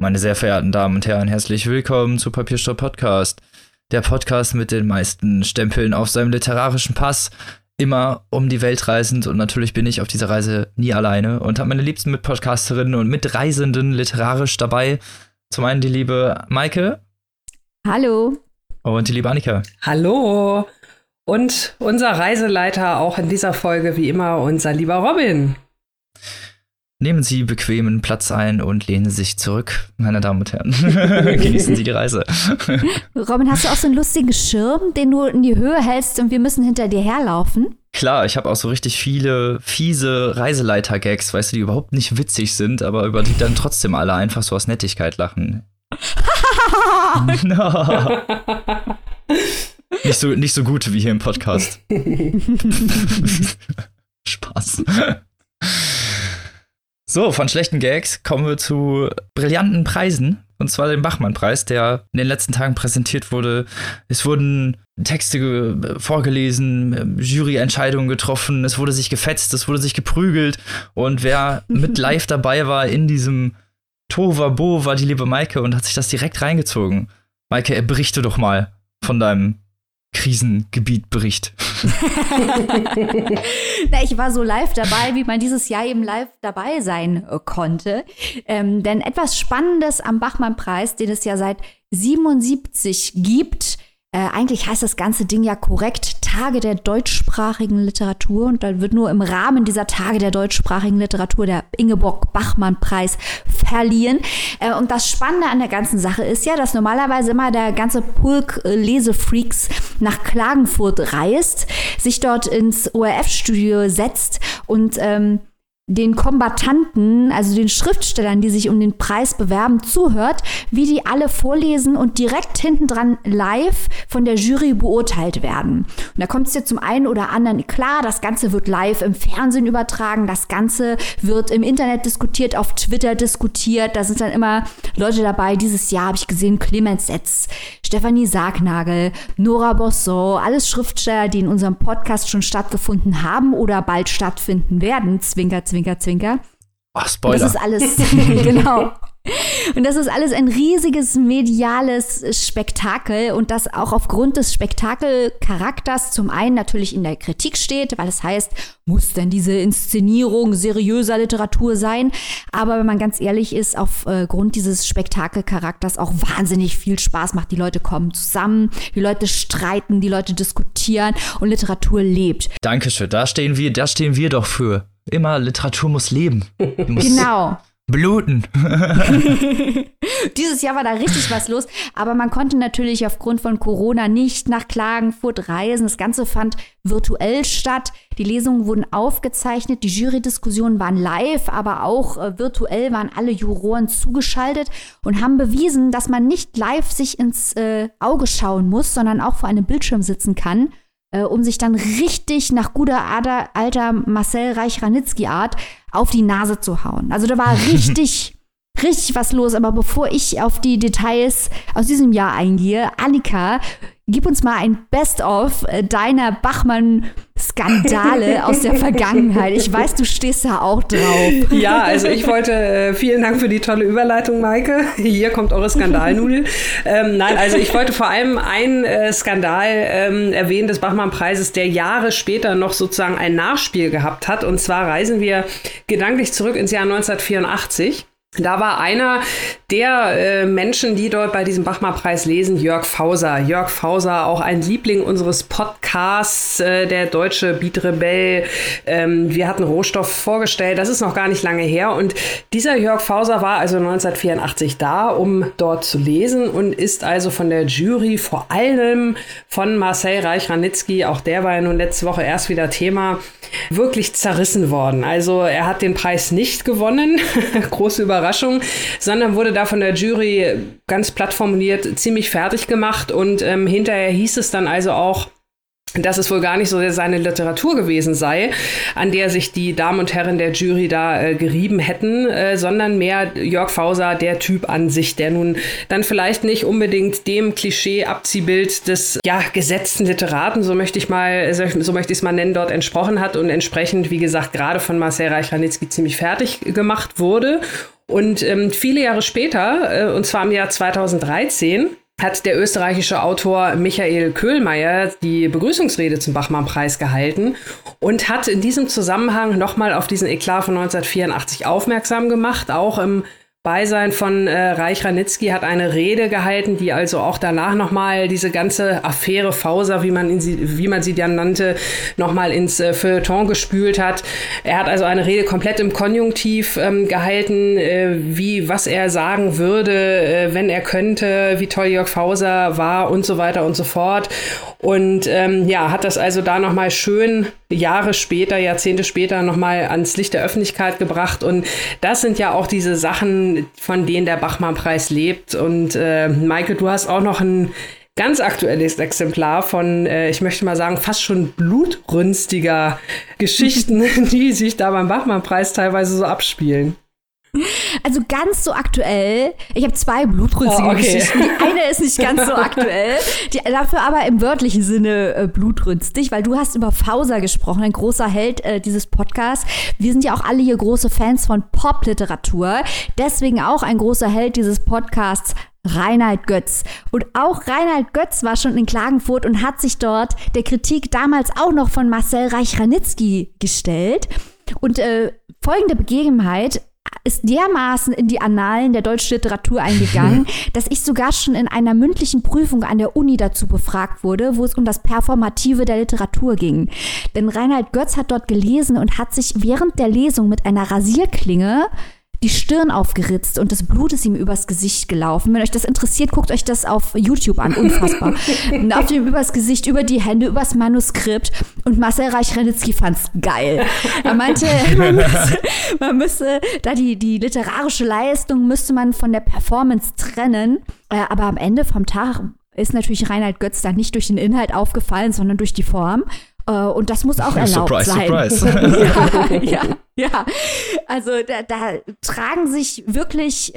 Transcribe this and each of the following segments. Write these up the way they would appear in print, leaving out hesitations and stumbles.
Meine sehr verehrten Damen und Herren, herzlich willkommen zu Papierstopp Podcast. Der Podcast mit den meisten Stempeln auf seinem literarischen Pass. Immer um die Welt reisend und natürlich bin ich auf dieser Reise nie alleine und habe meine liebsten Mitpodcasterinnen und Mitreisenden literarisch dabei. Zum einen die liebe Maike. Hallo. Und die liebe Annika. Hallo. Und unser Reiseleiter auch in dieser Folge wie immer, unser lieber Robin. Nehmen Sie bequemen Platz ein und lehnen Sie sich zurück, meine Damen und Herren. Genießen Sie die Reise. Robin, hast du auch so einen lustigen Schirm, den du in die Höhe hältst und wir müssen hinter dir herlaufen? Klar, ich habe auch so richtig viele fiese Reiseleiter-Gags, weißt du, die überhaupt nicht witzig sind, aber über die dann trotzdem alle einfach so aus Nettigkeit lachen. No. Nicht so gut wie hier im Podcast. Spaß. So, von schlechten Gags kommen wir zu brillanten Preisen. Und zwar dem Bachmann-Preis, der in den letzten Tagen präsentiert wurde. Es wurden Texte vorgelesen, Juryentscheidungen getroffen, es wurde sich gefetzt, es wurde sich geprügelt. Und wer mit live dabei war in diesem Tohuwabohu, war die liebe Maike und hat sich das direkt reingezogen. Maike, berichte doch mal von deinem Krisengebiet-Bericht. Na, ich war so live dabei, wie man dieses Jahr eben live dabei sein konnte. Denn etwas Spannendes am Bachmann-Preis, den es ja seit 1977 gibt, eigentlich heißt das ganze Ding ja korrekt Tage der deutschsprachigen Literatur. Und da wird nur im Rahmen dieser Tage der deutschsprachigen Literatur der Ingeborg-Bachmann-Preis verliehen. Und das Spannende an der ganzen Sache ist ja, dass normalerweise immer der ganze Pulk Lesefreaks nach Klagenfurt reist, sich dort ins ORF-Studio setzt und den Kombattanten, also den Schriftstellern, die sich um den Preis bewerben, zuhört, wie die alle vorlesen und direkt hintendran live von der Jury beurteilt werden. Und da kommt es ja zum einen oder anderen klar, das Ganze wird live im Fernsehen übertragen, das Ganze wird im Internet diskutiert, auf Twitter diskutiert, da sind dann immer Leute dabei. Dieses Jahr habe ich gesehen, Clemens Setz, Stefanie Sargnagel, Nora Bosson, alles Schriftsteller, die in unserem Podcast schon stattgefunden haben oder bald stattfinden werden. Zwinker, zwinker, zwinker. Ach, Spoiler. Das ist alles, genau. Und das ist alles ein riesiges mediales Spektakel und das auch aufgrund des Spektakelcharakters zum einen natürlich in der Kritik steht, weil es heißt, muss denn diese Inszenierung seriöser Literatur sein? Aber wenn man ganz ehrlich ist, aufgrund dieses Spektakelcharakters auch wahnsinnig viel Spaß macht. Die Leute kommen zusammen, die Leute streiten, die Leute diskutieren und Literatur lebt. Dankeschön, da stehen wir doch für. Immer, Literatur muss leben. Muss genau. Bluten. Dieses Jahr war da richtig was los, aber man konnte natürlich aufgrund von Corona nicht nach Klagenfurt reisen. Das Ganze fand virtuell statt. Die Lesungen wurden aufgezeichnet, die Jurydiskussionen waren live, aber auch virtuell waren alle Juroren zugeschaltet und haben bewiesen, dass man nicht live sich ins Auge schauen muss, sondern auch vor einem Bildschirm sitzen kann, um sich dann richtig nach guter alter Marcel Reich-Ranitzky-Art auf die Nase zu hauen. Also da war richtig was los. Aber bevor ich auf die Details aus diesem Jahr eingehe, Annika, gib uns mal ein Best-of deiner Bachmann-Skandale aus der Vergangenheit. Ich weiß, du stehst da auch drauf. Ja, also ich wollte, vielen Dank für die tolle Überleitung, Maike. Hier kommt eure Skandalnudel. Nein, also ich wollte vor allem einen Skandal erwähnen des Bachmann-Preises, der Jahre später noch sozusagen ein Nachspiel gehabt hat. Und zwar reisen wir gedanklich zurück ins Jahr 1984. Da war einer der Menschen, die dort bei diesem Bachmann-Preis lesen, Jörg Fauser. Jörg Fauser, auch ein Liebling unseres Podcasts, der deutsche Beat-Rebell. Wir hatten Rohstoff vorgestellt, das ist noch gar nicht lange her. Und dieser Jörg Fauser war also 1984 da, um dort zu lesen und ist also von der Jury, vor allem von Marcel Reich-Ranitzky, auch der war ja nun letzte Woche erst wieder Thema, wirklich zerrissen worden. Also er hat den Preis nicht gewonnen, große Überraschung, sondern wurde da von der Jury ganz platt formuliert ziemlich fertig gemacht und hinterher hieß es dann also auch, dass es wohl gar nicht so seine Literatur gewesen sei, an der sich die Damen und Herren der Jury da gerieben hätten, sondern mehr Jörg Fauser, der Typ an sich, der nun dann vielleicht nicht unbedingt dem Klischee-Abziehbild des gesetzten Literaten, so möchte ich es mal nennen, dort entsprochen hat und entsprechend, wie gesagt, gerade von Marcel Reich-Ranitzky ziemlich fertig gemacht wurde. Und viele Jahre später, und zwar im Jahr 2013, hat der österreichische Autor Michael Köhlmeier die Begrüßungsrede zum Bachmann-Preis gehalten und hat in diesem Zusammenhang nochmal auf diesen Eklat von 1984 aufmerksam gemacht. Auch im Beisein von Reich Ranitzky hat eine Rede gehalten, die also auch danach nochmal diese ganze Affäre Fauser, wie man sie dann nannte, nochmal ins Feuilleton gespült hat. Er hat also eine Rede komplett im Konjunktiv gehalten, was er sagen würde, wenn er könnte, wie toll Jörg Fauser war und so weiter und so fort. Und hat das also da nochmal schön Jahrzehnte später nochmal ans Licht der Öffentlichkeit gebracht. Und das sind ja auch diese Sachen, von denen der Bachmann-Preis lebt. Und Maike, du hast auch noch ein ganz aktuelles Exemplar von, ich möchte mal sagen, fast schon blutrünstiger Geschichten, die sich da beim Bachmann-Preis teilweise so abspielen. Also ganz so aktuell. Ich habe 2 blutrünstige Geschichten. Die eine ist nicht ganz so aktuell, dafür aber im wörtlichen Sinne blutrünstig, weil du hast über Fauser gesprochen, ein großer Held dieses Podcasts. Wir sind ja auch alle hier große Fans von Popliteratur. Deswegen auch ein großer Held dieses Podcasts, Reinhard Götz. Und auch Reinhard Götz war schon in Klagenfurt und hat sich dort der Kritik damals auch noch von Marcel Reich-Ranitzky gestellt. Und folgende Begebenheit ist dermaßen in die Annalen der deutschen Literatur eingegangen, dass ich sogar schon in einer mündlichen Prüfung an der Uni dazu befragt wurde, wo es um das Performative der Literatur ging. Denn Reinhard Götz hat dort gelesen und hat sich während der Lesung mit einer Rasierklinge die Stirn aufgeritzt und das Blut ist ihm übers Gesicht gelaufen. Wenn euch das interessiert, guckt euch das auf YouTube an. Unfassbar. Auf ihm übers Gesicht, über die Hände, übers Manuskript. Und Marcel Reich-Ranitzky fand's geil. Er meinte, man müsse da die literarische Leistung müsste man von der Performance trennen. Aber am Ende vom Tag ist natürlich Reinhard Götz da nicht durch den Inhalt aufgefallen, sondern durch die Form. Und das muss auch erlaubt sein. Surprise. Ja. Also da tragen sich wirklich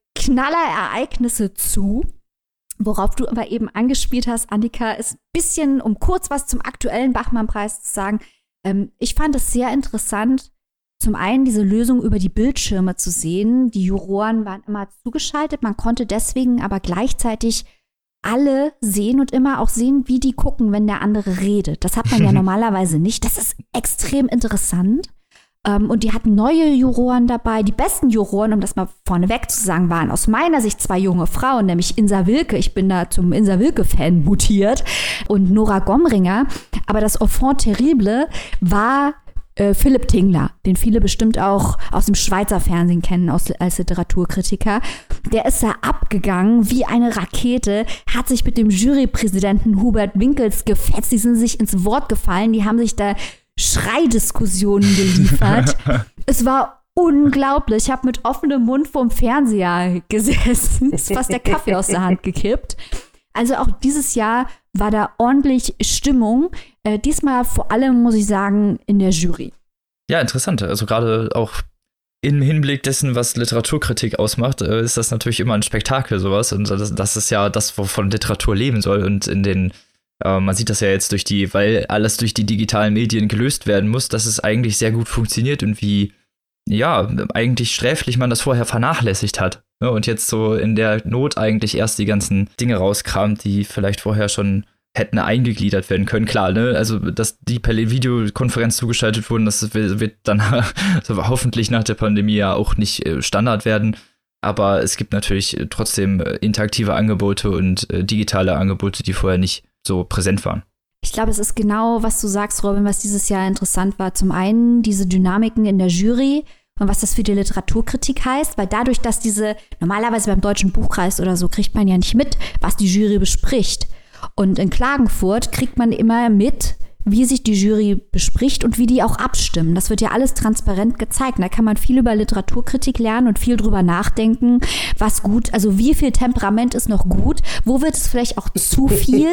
Knallerereignisse zu. Worauf du aber eben angespielt hast, Annika, ist ein bisschen, um kurz was zum aktuellen Bachmann-Preis zu sagen. Ich fand es sehr interessant, zum einen diese Lösung über die Bildschirme zu sehen. Die Juroren waren immer zugeschaltet. Man konnte deswegen aber gleichzeitig alle sehen und immer auch sehen, wie die gucken, wenn der andere redet. Das hat man ja normalerweise nicht. Das ist extrem interessant. Und die hatten neue Juroren dabei. Die besten Juroren, um das mal vorneweg zu sagen, waren aus meiner Sicht 2 junge Frauen, nämlich Insa Wilke. Ich bin da zum Insa Wilke-Fan mutiert. Und Nora Gomringer. Aber das Enfant terrible war Philipp Tingler, den viele bestimmt auch aus dem Schweizer Fernsehen kennen, als Literaturkritiker. Der ist da abgegangen wie eine Rakete, hat sich mit dem Jurypräsidenten Hubert Winkels gefetzt. Die sind sich ins Wort gefallen, die haben sich da Schreidiskussionen geliefert. Es war unglaublich. Ich habe mit offenem Mund vorm Fernseher gesessen. Ist fast der Kaffee aus der Hand gekippt. Also auch dieses Jahr war da ordentlich Stimmung. Diesmal vor allem, muss ich sagen, in der Jury. Ja, interessant. Also gerade auch im Hinblick dessen, was Literaturkritik ausmacht, ist das natürlich immer ein Spektakel, sowas. Und das ist ja das, wovon Literatur leben soll. Und in den man sieht das ja jetzt weil alles durch die digitalen Medien gelöst werden muss, dass es eigentlich sehr gut funktioniert und wie, ja, eigentlich sträflich man das vorher vernachlässigt hat. Ne? Und jetzt so in der Not eigentlich erst die ganzen Dinge rauskramt, die vielleicht vorher schon hätten eingegliedert werden können. Klar, ne? Also, dass die per Videokonferenz zugeschaltet wurden, das wird dann hoffentlich nach der Pandemie ja auch nicht Standard werden. Aber es gibt natürlich trotzdem interaktive Angebote und digitale Angebote, die vorher nicht so präsent waren. Ich glaube, es ist genau, was du sagst, Robin, was dieses Jahr interessant war. Zum einen diese Dynamiken in der Jury und was das für die Literaturkritik heißt, weil dadurch, dass normalerweise beim Deutschen Buchpreis oder so kriegt man ja nicht mit, was die Jury bespricht. Und in Klagenfurt kriegt man immer mit, wie sich die Jury bespricht und wie die auch abstimmen. Das wird ja alles transparent gezeigt. Und da kann man viel über Literaturkritik lernen und viel drüber nachdenken, was gut, also wie viel Temperament ist noch gut, wo wird es vielleicht auch zu viel.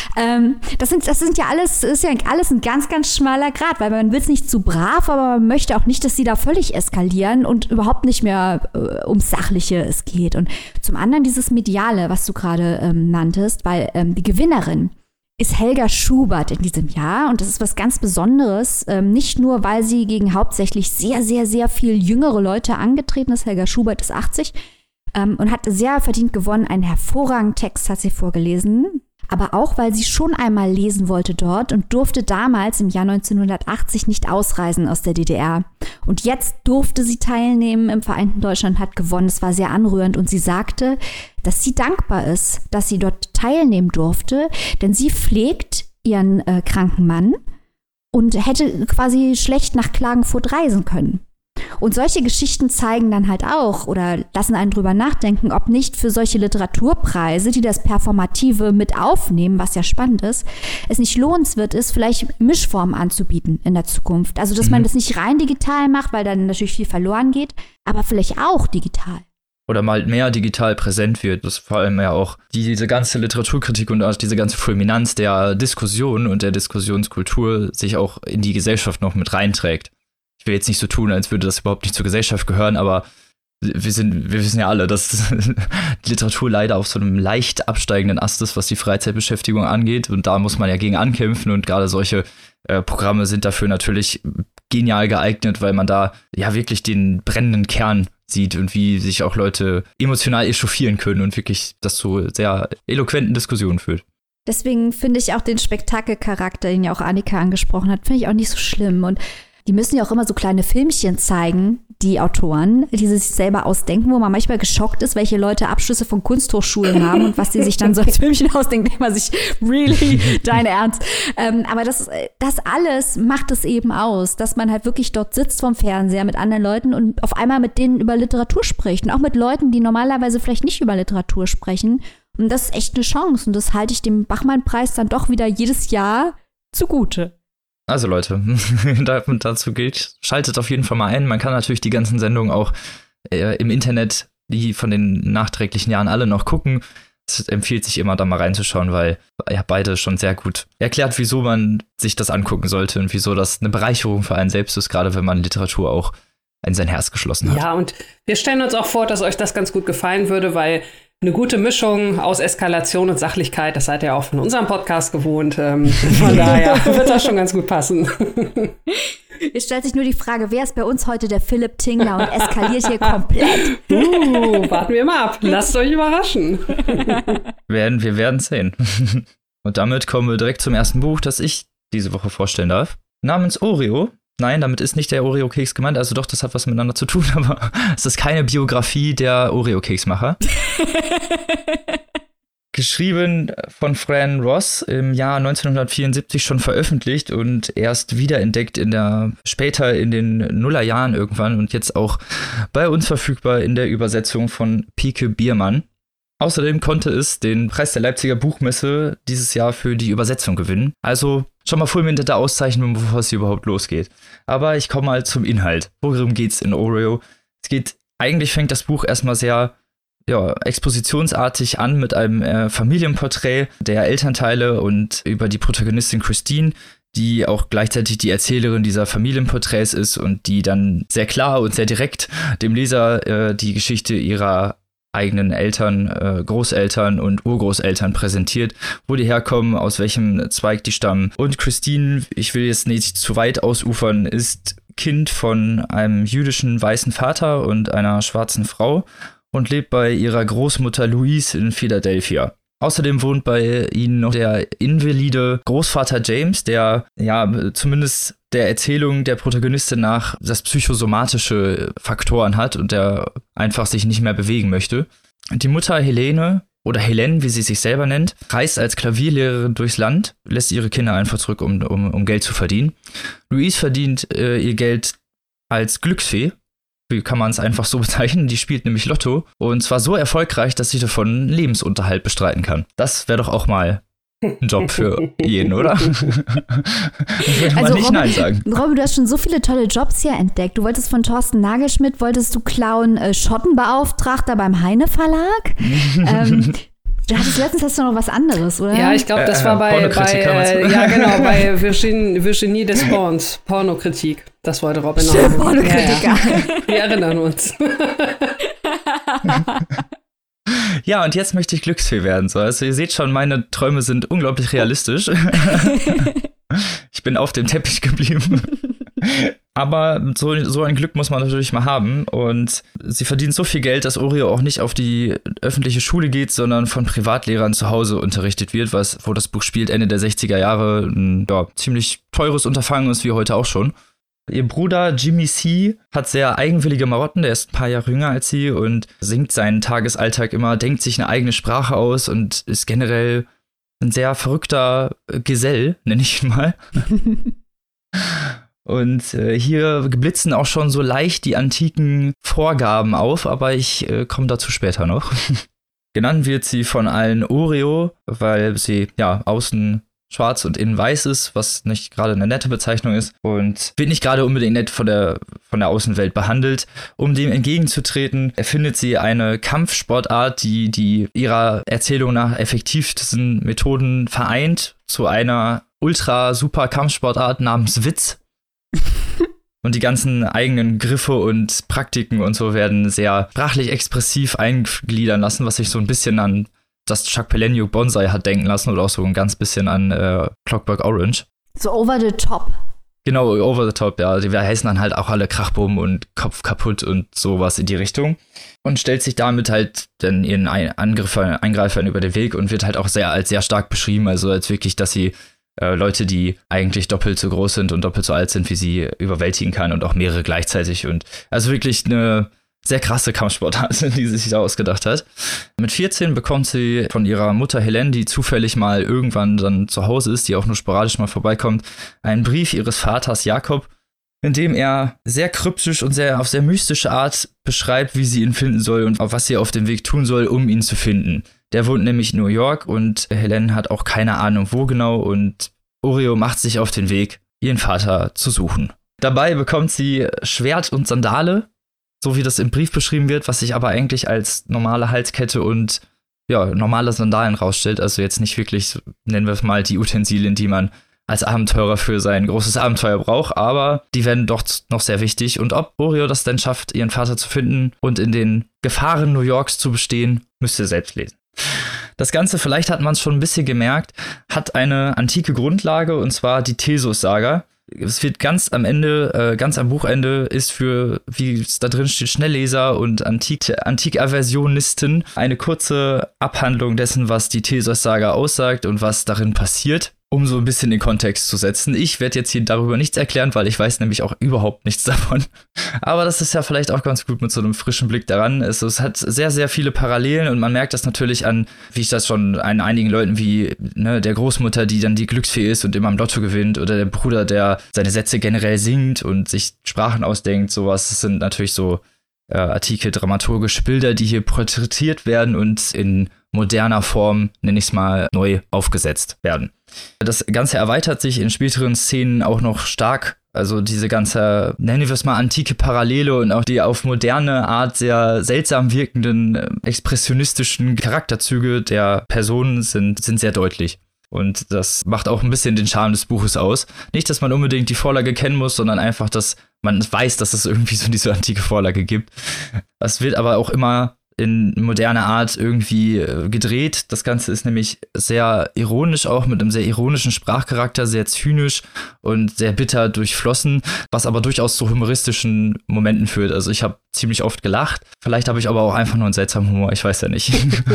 Das ist ja alles ein ganz, ganz schmaler Grat, weil man will es nicht zu brav, aber man möchte auch nicht, dass sie da völlig eskalieren und überhaupt nicht mehr ums Sachliche es geht. Und zum anderen dieses Mediale, was du gerade nanntest, weil die Gewinnerin ist Helga Schubert in diesem Jahr. Und das ist was ganz Besonderes. Nicht nur, weil sie gegen hauptsächlich sehr, sehr, sehr viel jüngere Leute angetreten ist. Helga Schubert ist 80 und hat sehr verdient gewonnen. Einen hervorragenden Text hat sie vorgelesen. Aber auch, weil sie schon einmal lesen wollte dort und durfte damals im Jahr 1980 nicht ausreisen aus der DDR. Und jetzt durfte sie teilnehmen im Vereinten Deutschland, hat gewonnen. Es war sehr anrührend und sie sagte, dass sie dankbar ist, dass sie dort teilnehmen durfte, denn sie pflegt ihren kranken Mann und hätte quasi schlecht nach Klagenfurt reisen können. Und solche Geschichten zeigen dann halt auch oder lassen einen drüber nachdenken, ob nicht für solche Literaturpreise, die das Performative mit aufnehmen, was ja spannend ist, es nicht lohnenswert ist, vielleicht Mischformen anzubieten in der Zukunft. Also, dass man das nicht rein digital macht, weil dann natürlich viel verloren geht, aber vielleicht auch digital. Oder mal mehr digital präsent wird, dass vor allem ja auch diese ganze Literaturkritik und auch diese ganze Fulminanz der Diskussion und der Diskussionskultur sich auch in die Gesellschaft noch mit reinträgt. Ich will jetzt nicht so tun, als würde das überhaupt nicht zur Gesellschaft gehören, aber wir wissen ja alle, dass die Literatur leider auf so einem leicht absteigenden Ast ist, was die Freizeitbeschäftigung angeht. Und da muss man ja gegen ankämpfen. Und gerade solche Programme sind dafür natürlich genial geeignet, weil man da ja wirklich den brennenden Kern sieht und wie sich auch Leute emotional echauffieren können und wirklich das zu sehr eloquenten Diskussionen führt. Deswegen finde ich auch den Spektakelcharakter, den ja auch Annika angesprochen hat, finde ich auch nicht so schlimm. Und die müssen ja auch immer so kleine Filmchen zeigen, die Autoren, die sie sich selber ausdenken, wo man manchmal geschockt ist, welche Leute Abschlüsse von Kunsthochschulen haben und was die sich dann so als Filmchen ausdenken, denkt man sich, really, dein Ernst. Aber das alles macht es eben aus, dass man halt wirklich dort sitzt vorm Fernseher mit anderen Leuten und auf einmal mit denen über Literatur spricht und auch mit Leuten, die normalerweise vielleicht nicht über Literatur sprechen. Und das ist echt eine Chance und das halte ich dem Bachmann-Preis dann doch wieder jedes Jahr zugute. Also Leute, dazu gilt, schaltet auf jeden Fall mal ein. Man kann natürlich die ganzen Sendungen auch im Internet, die von den nachträglichen Jahren alle noch gucken. Es empfiehlt sich immer, da mal reinzuschauen, weil ja beide schon sehr gut erklärt, wieso man sich das angucken sollte und wieso das eine Bereicherung für einen selbst ist, gerade wenn man Literatur auch in sein Herz geschlossen hat. Ja, und wir stellen uns auch vor, dass euch das ganz gut gefallen würde, weil eine gute Mischung aus Eskalation und Sachlichkeit, das seid ihr auch von unserem Podcast gewohnt. Von daher wird das schon ganz gut passen. Jetzt stellt sich nur die Frage, wer ist bei uns heute der Philipp Tingler und eskaliert hier komplett? Warten wir mal ab. Lasst euch überraschen. Wir werden sehen. Und damit kommen wir direkt zum ersten Buch, das ich diese Woche vorstellen darf. Namens Oreo. Nein, damit ist nicht der Oreo-Keks gemeint, also doch, das hat was miteinander zu tun, aber es ist keine Biografie der Oreo-Keksmacher. Geschrieben von Fran Ross, im Jahr 1974 schon veröffentlicht und erst wiederentdeckt später in den Nullerjahren irgendwann und jetzt auch bei uns verfügbar in der Übersetzung von Pike Biermann. Außerdem konnte es den Preis der Leipziger Buchmesse dieses Jahr für die Übersetzung gewinnen. Also schon mal fulminante Auszeichnung, bevor es hier überhaupt losgeht. Aber ich komme mal zum Inhalt. Worum geht's in Oreo? Eigentlich fängt das Buch erstmal sehr expositionsartig an mit einem Familienporträt der Elternteile und über die Protagonistin Christine, die auch gleichzeitig die Erzählerin dieser Familienporträts ist und die dann sehr klar und sehr direkt dem Leser die Geschichte ihrer eigenen Eltern, Großeltern und Urgroßeltern präsentiert, wo die herkommen, aus welchem Zweig die stammen. Und Christine, ich will jetzt nicht zu weit ausufern, ist Kind von einem jüdischen weißen Vater und einer schwarzen Frau und lebt bei ihrer Großmutter Louise in Philadelphia. Außerdem wohnt bei ihnen noch der invalide Großvater James, der zumindest der Erzählung der Protagonistin nach das psychosomatische Faktoren hat und der einfach sich nicht mehr bewegen möchte. Die Mutter Helene, oder Helene, wie sie sich selber nennt, reist als Klavierlehrerin durchs Land, lässt ihre Kinder einfach zurück, um Geld zu verdienen. Louise verdient ihr Geld als Glücksfee. Wie kann man es einfach so bezeichnen? Die spielt nämlich Lotto und zwar so erfolgreich, dass sie davon Lebensunterhalt bestreiten kann. Das wäre doch auch mal ein Job für jeden, oder? Würde man nicht Nein sagen. Robin, du hast schon so viele tolle Jobs hier entdeckt. Du wolltest von Thorsten Nagelschmidt, klauen Schottenbeauftragter beim Heine Verlag. Letztens hast du noch was anderes, oder? Ja, ich glaube, das war bei Virginie Despentes, Pornokritik. Das wollte Robin noch machen. Pornokritiker. Ja. Wir erinnern uns. Ja, und jetzt möchte ich Glücksfee werden. So. Also ihr seht schon, meine Träume sind unglaublich realistisch. Ich bin auf dem Teppich geblieben. Aber so ein Glück muss man natürlich mal haben. Und sie verdient so viel Geld, dass Oreo auch nicht auf die öffentliche Schule geht, sondern von Privatlehrern zu Hause unterrichtet wird, wo das Buch spielt, Ende der 60er Jahre. Ein ziemlich teures Unterfangen ist, wie heute auch schon. Ihr Bruder Jimmy C. hat sehr eigenwillige Marotten, der ist ein paar Jahre jünger als sie und singt seinen Tagesalltag immer, denkt sich eine eigene Sprache aus und ist generell ein sehr verrückter Gesell, nenne ich ihn mal. Und hier blitzen auch schon so leicht die antiken Vorgaben auf, aber ich komme dazu später noch. Genannt wird sie von allen Oreo, weil sie außen schwarz und innen weiß ist, was nicht gerade eine nette Bezeichnung ist und wird nicht gerade unbedingt nett von der Außenwelt behandelt. Um dem entgegenzutreten, erfindet sie eine Kampfsportart, die ihrer Erzählung nach effektivsten Methoden vereint zu einer ultra-super Kampfsportart namens Witz. Und die ganzen eigenen Griffe und Praktiken und so werden sehr sprachlich expressiv eingliedern lassen, was sich so ein bisschen an das Chuck Palahniuk Bonsai hat denken lassen oder auch so ein ganz bisschen an Clockwork Orange. So over the top. Genau, over the top, ja. Die heißen dann halt auch alle Krachbumm und Kopf kaputt und sowas in die Richtung. Und stellt sich damit halt dann ihren Eingreifern über den Weg und wird halt auch als sehr stark beschrieben. Also als wirklich, dass sie Leute, die eigentlich doppelt so groß sind und doppelt so alt sind, wie sie überwältigen kann und auch mehrere gleichzeitig. Und also wirklich eine sehr krasse Kampfsportart, die sie sich da ausgedacht hat. Mit 14 bekommt sie von ihrer Mutter Helene, die zufällig mal irgendwann dann zu Hause ist, die auch nur sporadisch mal vorbeikommt, einen Brief ihres Vaters Jakob, in dem er sehr kryptisch und auf sehr mystische Art beschreibt, wie sie ihn finden soll und auf was sie auf dem Weg tun soll, um ihn zu finden. Der wohnt nämlich in New York und Helene hat auch keine Ahnung, wo genau, und Oreo macht sich auf den Weg, ihren Vater zu suchen. Dabei bekommt sie Schwert und Sandale, so wie das im Brief beschrieben wird, was sich aber eigentlich als normale Halskette und normale Sandalen rausstellt. Also jetzt nicht wirklich, nennen wir es mal, die Utensilien, die man als Abenteurer für sein großes Abenteuer braucht, aber die werden doch noch sehr wichtig. Und ob Oreo das denn schafft, ihren Vater zu finden und in den Gefahren New Yorks zu bestehen, müsst ihr selbst lesen. Das Ganze, vielleicht hat man es schon ein bisschen gemerkt, hat eine antike Grundlage, und zwar die Theseus-Saga. Es wird ganz am Buchende ist für, wie es da drin steht, Schnellleser und Antikaversionisten eine kurze Abhandlung dessen, was die Theseus-Saga aussagt und was darin passiert, um so ein bisschen den Kontext zu setzen. Ich werde jetzt hier darüber nichts erklären, weil ich weiß nämlich auch überhaupt nichts davon. Aber das ist ja vielleicht auch ganz gut mit so einem frischen Blick daran. Es hat sehr, sehr viele Parallelen und man merkt das natürlich an, wie ich das schon an einigen Leuten wie der Großmutter, die dann die Glücksfee ist und immer am Lotto gewinnt, oder der Bruder, der seine Sätze generell singt und sich Sprachen ausdenkt. Sowas, das sind natürlich so antike dramaturgische Bilder, die hier porträtiert werden und in moderner Form, nenne ich es mal, neu aufgesetzt werden. Das Ganze erweitert sich in späteren Szenen auch noch stark. Also diese ganze, nennen wir es mal, antike Parallele und auch die auf moderne Art sehr seltsam wirkenden expressionistischen Charakterzüge der Personen sind sehr deutlich. Und das macht auch ein bisschen den Charme des Buches aus. Nicht, dass man unbedingt die Vorlage kennen muss, sondern einfach, dass man weiß, dass es irgendwie so diese antike Vorlage gibt. Es wird aber auch immer in moderner Art irgendwie gedreht. Das Ganze ist nämlich sehr ironisch, auch mit einem sehr ironischen Sprachcharakter, sehr zynisch und sehr bitter durchflossen, was aber durchaus zu humoristischen Momenten führt. Also ich habe ziemlich oft gelacht. Vielleicht habe ich aber auch einfach nur einen seltsamen Humor, ich weiß ja nicht.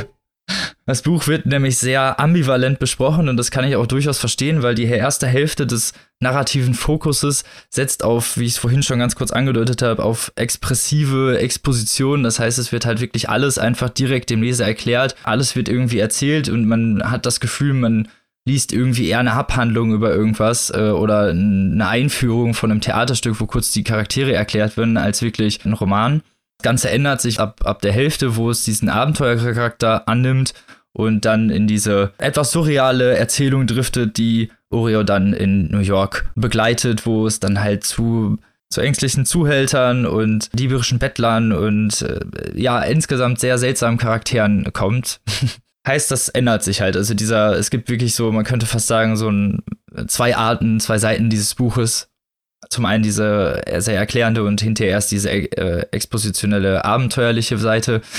Das Buch wird nämlich sehr ambivalent besprochen und das kann ich auch durchaus verstehen, weil die erste Hälfte des narrativen Fokuses setzt auf, wie ich es vorhin schon ganz kurz angedeutet habe, auf expressive Exposition. Das heißt, es wird halt wirklich alles einfach direkt dem Leser erklärt. Alles wird irgendwie erzählt und man hat das Gefühl, man liest irgendwie eher eine Abhandlung über irgendwas oder eine Einführung von einem Theaterstück, wo kurz die Charaktere erklärt werden, als wirklich ein Roman. Das Ganze ändert sich ab der Hälfte, wo es diesen Abenteuercharakter annimmt und dann in diese etwas surreale Erzählung driftet, die Oreo dann in New York begleitet, wo es dann halt zu ängstlichen Zuhältern und diebischen Bettlern und insgesamt sehr seltsamen Charakteren kommt. Heißt, das ändert sich halt. Also es gibt wirklich so, man könnte fast sagen, so zwei Seiten dieses Buches. Zum einen diese sehr erklärende und hinterher erst diese expositionelle, abenteuerliche Seite.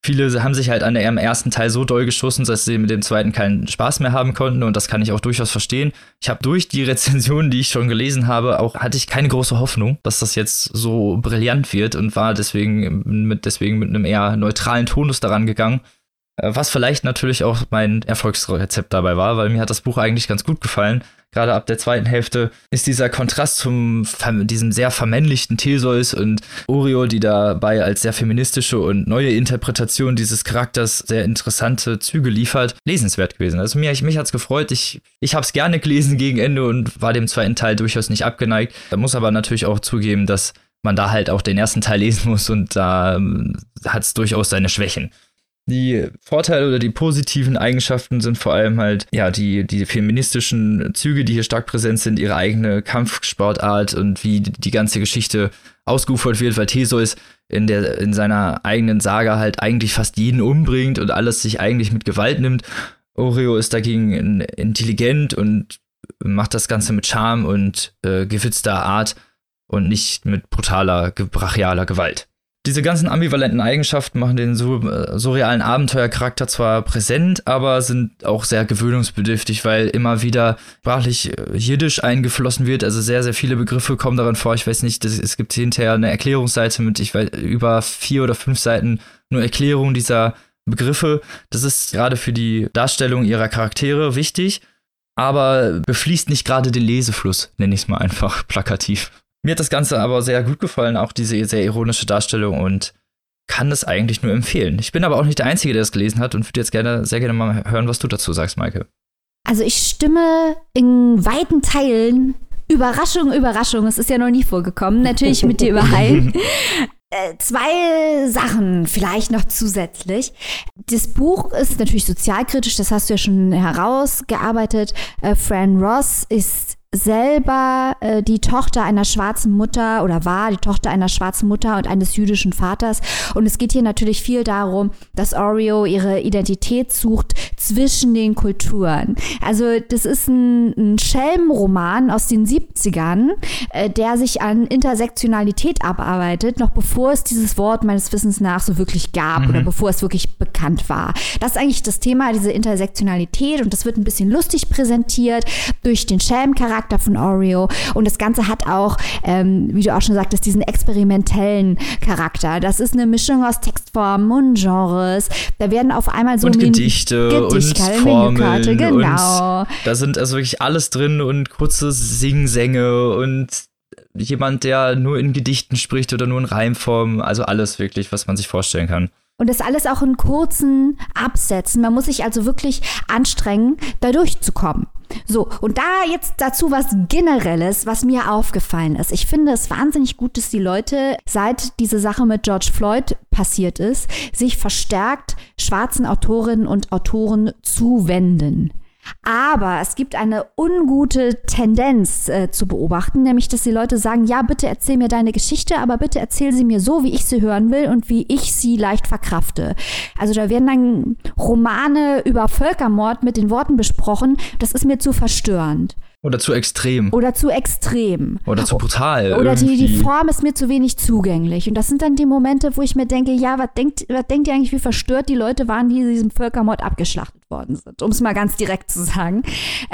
viele haben sich halt am ersten Teil so doll geschossen, dass sie mit dem zweiten keinen Spaß mehr haben konnten und das kann ich auch durchaus verstehen. Ich habe durch die Rezensionen, die ich schon gelesen habe, hatte ich keine große Hoffnung, dass das jetzt so brillant wird und war deswegen mit einem eher neutralen Tonus daran gegangen. Was vielleicht natürlich auch mein Erfolgsrezept dabei war, weil mir hat das Buch eigentlich ganz gut gefallen. Gerade ab der zweiten Hälfte ist dieser Kontrast zum diesem sehr vermännlichten Theseus und Oreo, die dabei als sehr feministische und neue Interpretation dieses Charakters sehr interessante Züge liefert, lesenswert gewesen. Also mich hat's gefreut. Ich habe es gerne gelesen gegen Ende und war dem zweiten Teil durchaus nicht abgeneigt. Da muss aber natürlich auch zugeben, dass man da halt auch den ersten Teil lesen muss und da hat's durchaus seine Schwächen. Die Vorteile oder die positiven Eigenschaften sind vor allem halt, ja, die feministischen Züge, die hier stark präsent sind, ihre eigene Kampfsportart und wie die ganze Geschichte ausgeufert wird, weil Theseus in seiner eigenen Saga halt eigentlich fast jeden umbringt und alles sich eigentlich mit Gewalt nimmt. Oreo ist dagegen intelligent und macht das Ganze mit Charme und gewitzter Art und nicht mit brutaler, brachialer Gewalt. Diese ganzen ambivalenten Eigenschaften machen den surrealen Abenteuercharakter zwar präsent, aber sind auch sehr gewöhnungsbedürftig, weil immer wieder sprachlich Jiddisch eingeflossen wird. Also sehr, sehr viele Begriffe kommen darin vor. Ich weiß nicht, es gibt hinterher eine Erklärungsseite mit, über 4 oder 5 Seiten nur Erklärung dieser Begriffe. Das ist gerade für die Darstellung ihrer Charaktere wichtig, aber befließt nicht gerade den Lesefluss, nenne ich es mal einfach plakativ. Mir hat das Ganze aber sehr gut gefallen, auch diese sehr ironische Darstellung und kann es eigentlich nur empfehlen. Ich bin aber auch nicht der Einzige, der es gelesen hat und würde jetzt sehr gerne mal hören, was du dazu sagst, Maike. Also ich stimme in weiten Teilen, Überraschung, es ist ja noch nie vorgekommen, natürlich mit dir überein. 2 Sachen vielleicht noch zusätzlich. Das Buch ist natürlich sozialkritisch, das hast du ja schon herausgearbeitet. Fran Ross ist selber die Tochter einer schwarzen Mutter oder war die Tochter einer schwarzen Mutter und eines jüdischen Vaters. Und es geht hier natürlich viel darum, dass Oreo ihre Identität sucht zwischen den Kulturen. Also das ist ein Schelmenroman aus den 70ern, der sich an Intersektionalität abarbeitet, noch bevor es dieses Wort meines Wissens nach so wirklich gab oder bevor es wirklich bekannt war. Das ist eigentlich das Thema, diese Intersektionalität, und das wird ein bisschen lustig präsentiert durch den Schelmencharakter von Oreo, und das Ganze hat auch, wie du auch schon sagtest, diesen experimentellen Charakter. Das ist eine Mischung aus Textformen und Genres. Da werden auf einmal so und Gedichte und Formeln, genau. Und da sind also wirklich alles drin und kurze Singsänge und jemand, der nur in Gedichten spricht oder nur in Reimform, also alles wirklich, was man sich vorstellen kann. Und das alles auch in kurzen Absätzen. Man muss sich also wirklich anstrengen, da durchzukommen. So, und da jetzt dazu was Generelles, was mir aufgefallen ist. Ich finde es wahnsinnig gut, dass die Leute, seit diese Sache mit George Floyd passiert ist, sich verstärkt schwarzen Autorinnen und Autoren zuwenden. Aber es gibt eine ungute Tendenz zu beobachten, nämlich, dass die Leute sagen, ja, bitte erzähl mir deine Geschichte, aber bitte erzähl sie mir so, wie ich sie hören will und wie ich sie leicht verkrafte. Also da werden dann Romane über Völkermord mit den Worten besprochen, das ist mir zu verstörend. Oder zu extrem. Oder zu extrem. Oder zu brutal. Oder die Form ist mir zu wenig zugänglich. Und das sind dann die Momente, wo ich mir denke, ja, was denkt ihr eigentlich, wie verstört die Leute waren, die in diesem Völkermord abgeschlachtet worden sind, um es mal ganz direkt zu sagen.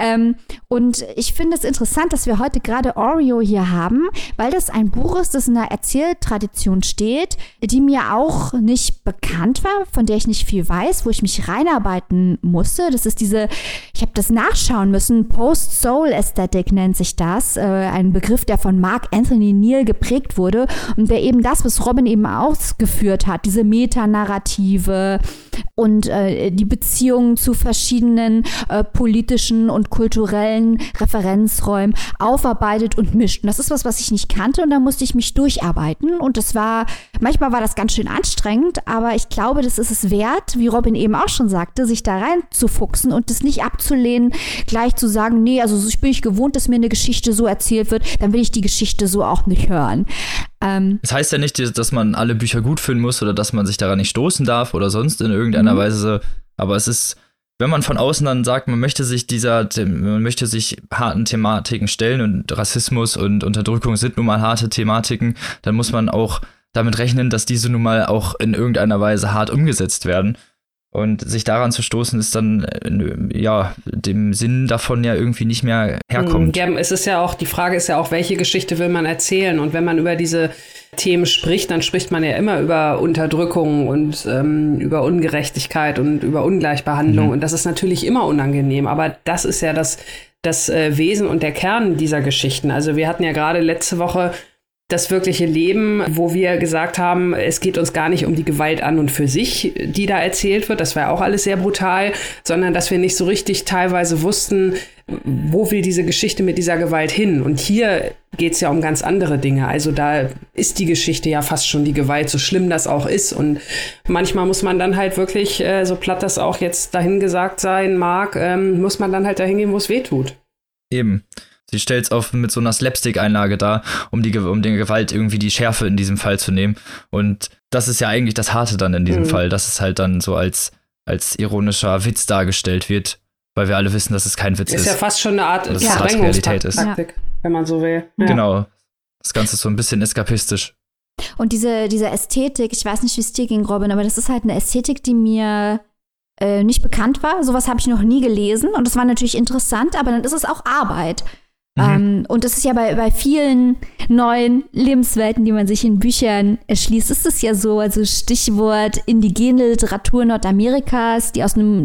Und ich finde es interessant, dass wir heute gerade Oreo hier haben, weil das ein Buch ist, das in einer Erzähltradition steht, die mir auch nicht bekannt war, von der ich nicht viel weiß, wo ich mich reinarbeiten musste. Das ist ich habe das nachschauen müssen, Post-Soul-Ästhetik nennt sich das, ein Begriff, der von Mark Anthony Neal geprägt wurde und der eben das, was Robin eben ausgeführt hat, diese Metanarrative und die Beziehungen zu verschiedenen politischen und kulturellen Referenzräumen aufarbeitet und mischt. Und das ist was ich nicht kannte, und da musste ich mich durcharbeiten, und manchmal war das ganz schön anstrengend, aber ich glaube, das ist es wert, wie Robin eben auch schon sagte, sich da reinzufuchsen und das nicht abzulehnen, gleich zu sagen, nee, also ich bin nicht gewohnt, dass mir eine Geschichte so erzählt wird, dann will ich die Geschichte so auch nicht hören. Das heißt ja nicht, dass man alle Bücher gut finden muss oder dass man sich daran nicht stoßen darf oder sonst in irgendeiner Weise, aber es ist, wenn man von außen dann sagt, man möchte sich harten Thematiken stellen, und Rassismus und Unterdrückung sind nun mal harte Thematiken, dann muss man auch damit rechnen, dass diese nun mal auch in irgendeiner Weise hart umgesetzt werden. Und sich daran zu stoßen, ist dann, dem Sinn davon ja irgendwie nicht mehr herkommt. Ja, es ist ja auch, die Frage ist ja auch, welche Geschichte will man erzählen? Und wenn man über diese Themen spricht, dann spricht man ja immer über Unterdrückung und über Ungerechtigkeit und über Ungleichbehandlung. Und das ist natürlich immer unangenehm. Aber das ist ja das Wesen und der Kern dieser Geschichten. Also wir hatten ja gerade letzte Woche das wirkliche Leben, wo wir gesagt haben, es geht uns gar nicht um die Gewalt an und für sich, die da erzählt wird. Das war auch alles sehr brutal, sondern dass wir nicht so richtig teilweise wussten, wo will diese Geschichte mit dieser Gewalt hin. Und hier geht es ja um ganz andere Dinge. Also da ist die Geschichte ja fast schon die Gewalt, so schlimm das auch ist. Und manchmal muss man dann halt wirklich, so platt das auch jetzt dahin gesagt sein mag, muss man dann halt dahin gehen, wo es weh tut. Eben. Sie stellt es mit so einer Slapstick-Einlage dar, um der Gewalt irgendwie die Schärfe in diesem Fall zu nehmen. Und das ist ja eigentlich das Harte dann in diesem Fall, dass es halt dann so als ironischer Witz dargestellt wird, weil wir alle wissen, dass es kein Witz ist. Ist ja fast schon eine Art Realität, wenn man so will. Ja. Genau. Das Ganze ist so ein bisschen eskapistisch. Und diese Ästhetik, ich weiß nicht, wie es dir ging, Robin, aber das ist halt eine Ästhetik, die mir nicht bekannt war. Sowas habe ich noch nie gelesen und das war natürlich interessant, aber dann ist es auch Arbeit. Und das ist ja bei vielen neuen Lebenswelten, die man sich in Büchern erschließt, ist es ja so, also Stichwort indigene Literatur Nordamerikas, die aus einem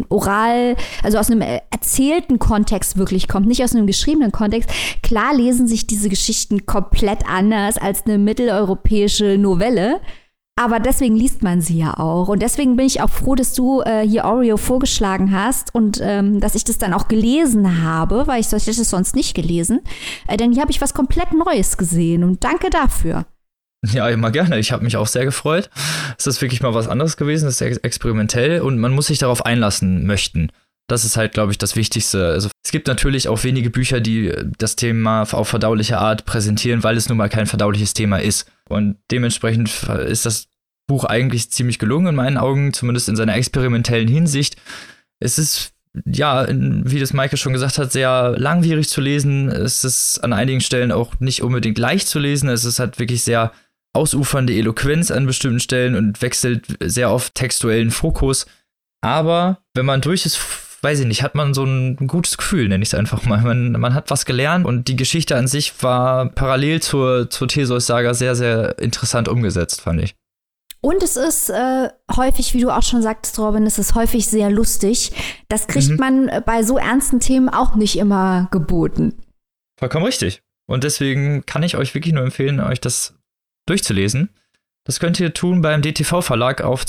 also aus einem erzählten Kontext wirklich kommt, nicht aus einem geschriebenen Kontext. Klar lesen sich diese Geschichten komplett anders als eine mitteleuropäische Novelle. Aber deswegen liest man sie ja auch. Und deswegen bin ich auch froh, dass du hier Oreo vorgeschlagen hast und dass ich das dann auch gelesen habe, weil ich hätte es sonst nicht gelesen. Denn hier habe ich was komplett Neues gesehen und danke dafür. Ja, immer gerne. Ich habe mich auch sehr gefreut. Es ist wirklich mal was anderes gewesen, es ist experimentell und man muss sich darauf einlassen möchten. Das ist halt, glaube ich, das Wichtigste. Also es gibt natürlich auch wenige Bücher, die das Thema auf verdauliche Art präsentieren, weil es nun mal kein verdauliches Thema ist. Und dementsprechend ist das Buch eigentlich ziemlich gelungen in meinen Augen, zumindest in seiner experimentellen Hinsicht. Es ist, ja, wie das Maike schon gesagt hat, sehr langwierig zu lesen. Es ist an einigen Stellen auch nicht unbedingt leicht zu lesen. Es ist halt wirklich sehr ausufernde Eloquenz an bestimmten Stellen und wechselt sehr oft textuellen Fokus. Aber wenn man durch ist, weiß ich nicht, hat man so ein gutes Gefühl, nenne ich es einfach mal. Man hat was gelernt und die Geschichte an sich war parallel zur Theseus-Saga sehr, sehr interessant umgesetzt, fand ich. Und es ist häufig, wie du auch schon sagtest, Robin, es ist häufig sehr lustig. Das kriegt man bei so ernsten Themen auch nicht immer geboten. Vollkommen richtig. Und deswegen kann ich euch wirklich nur empfehlen, euch das durchzulesen. Das könnt ihr tun beim DTV-Verlag auf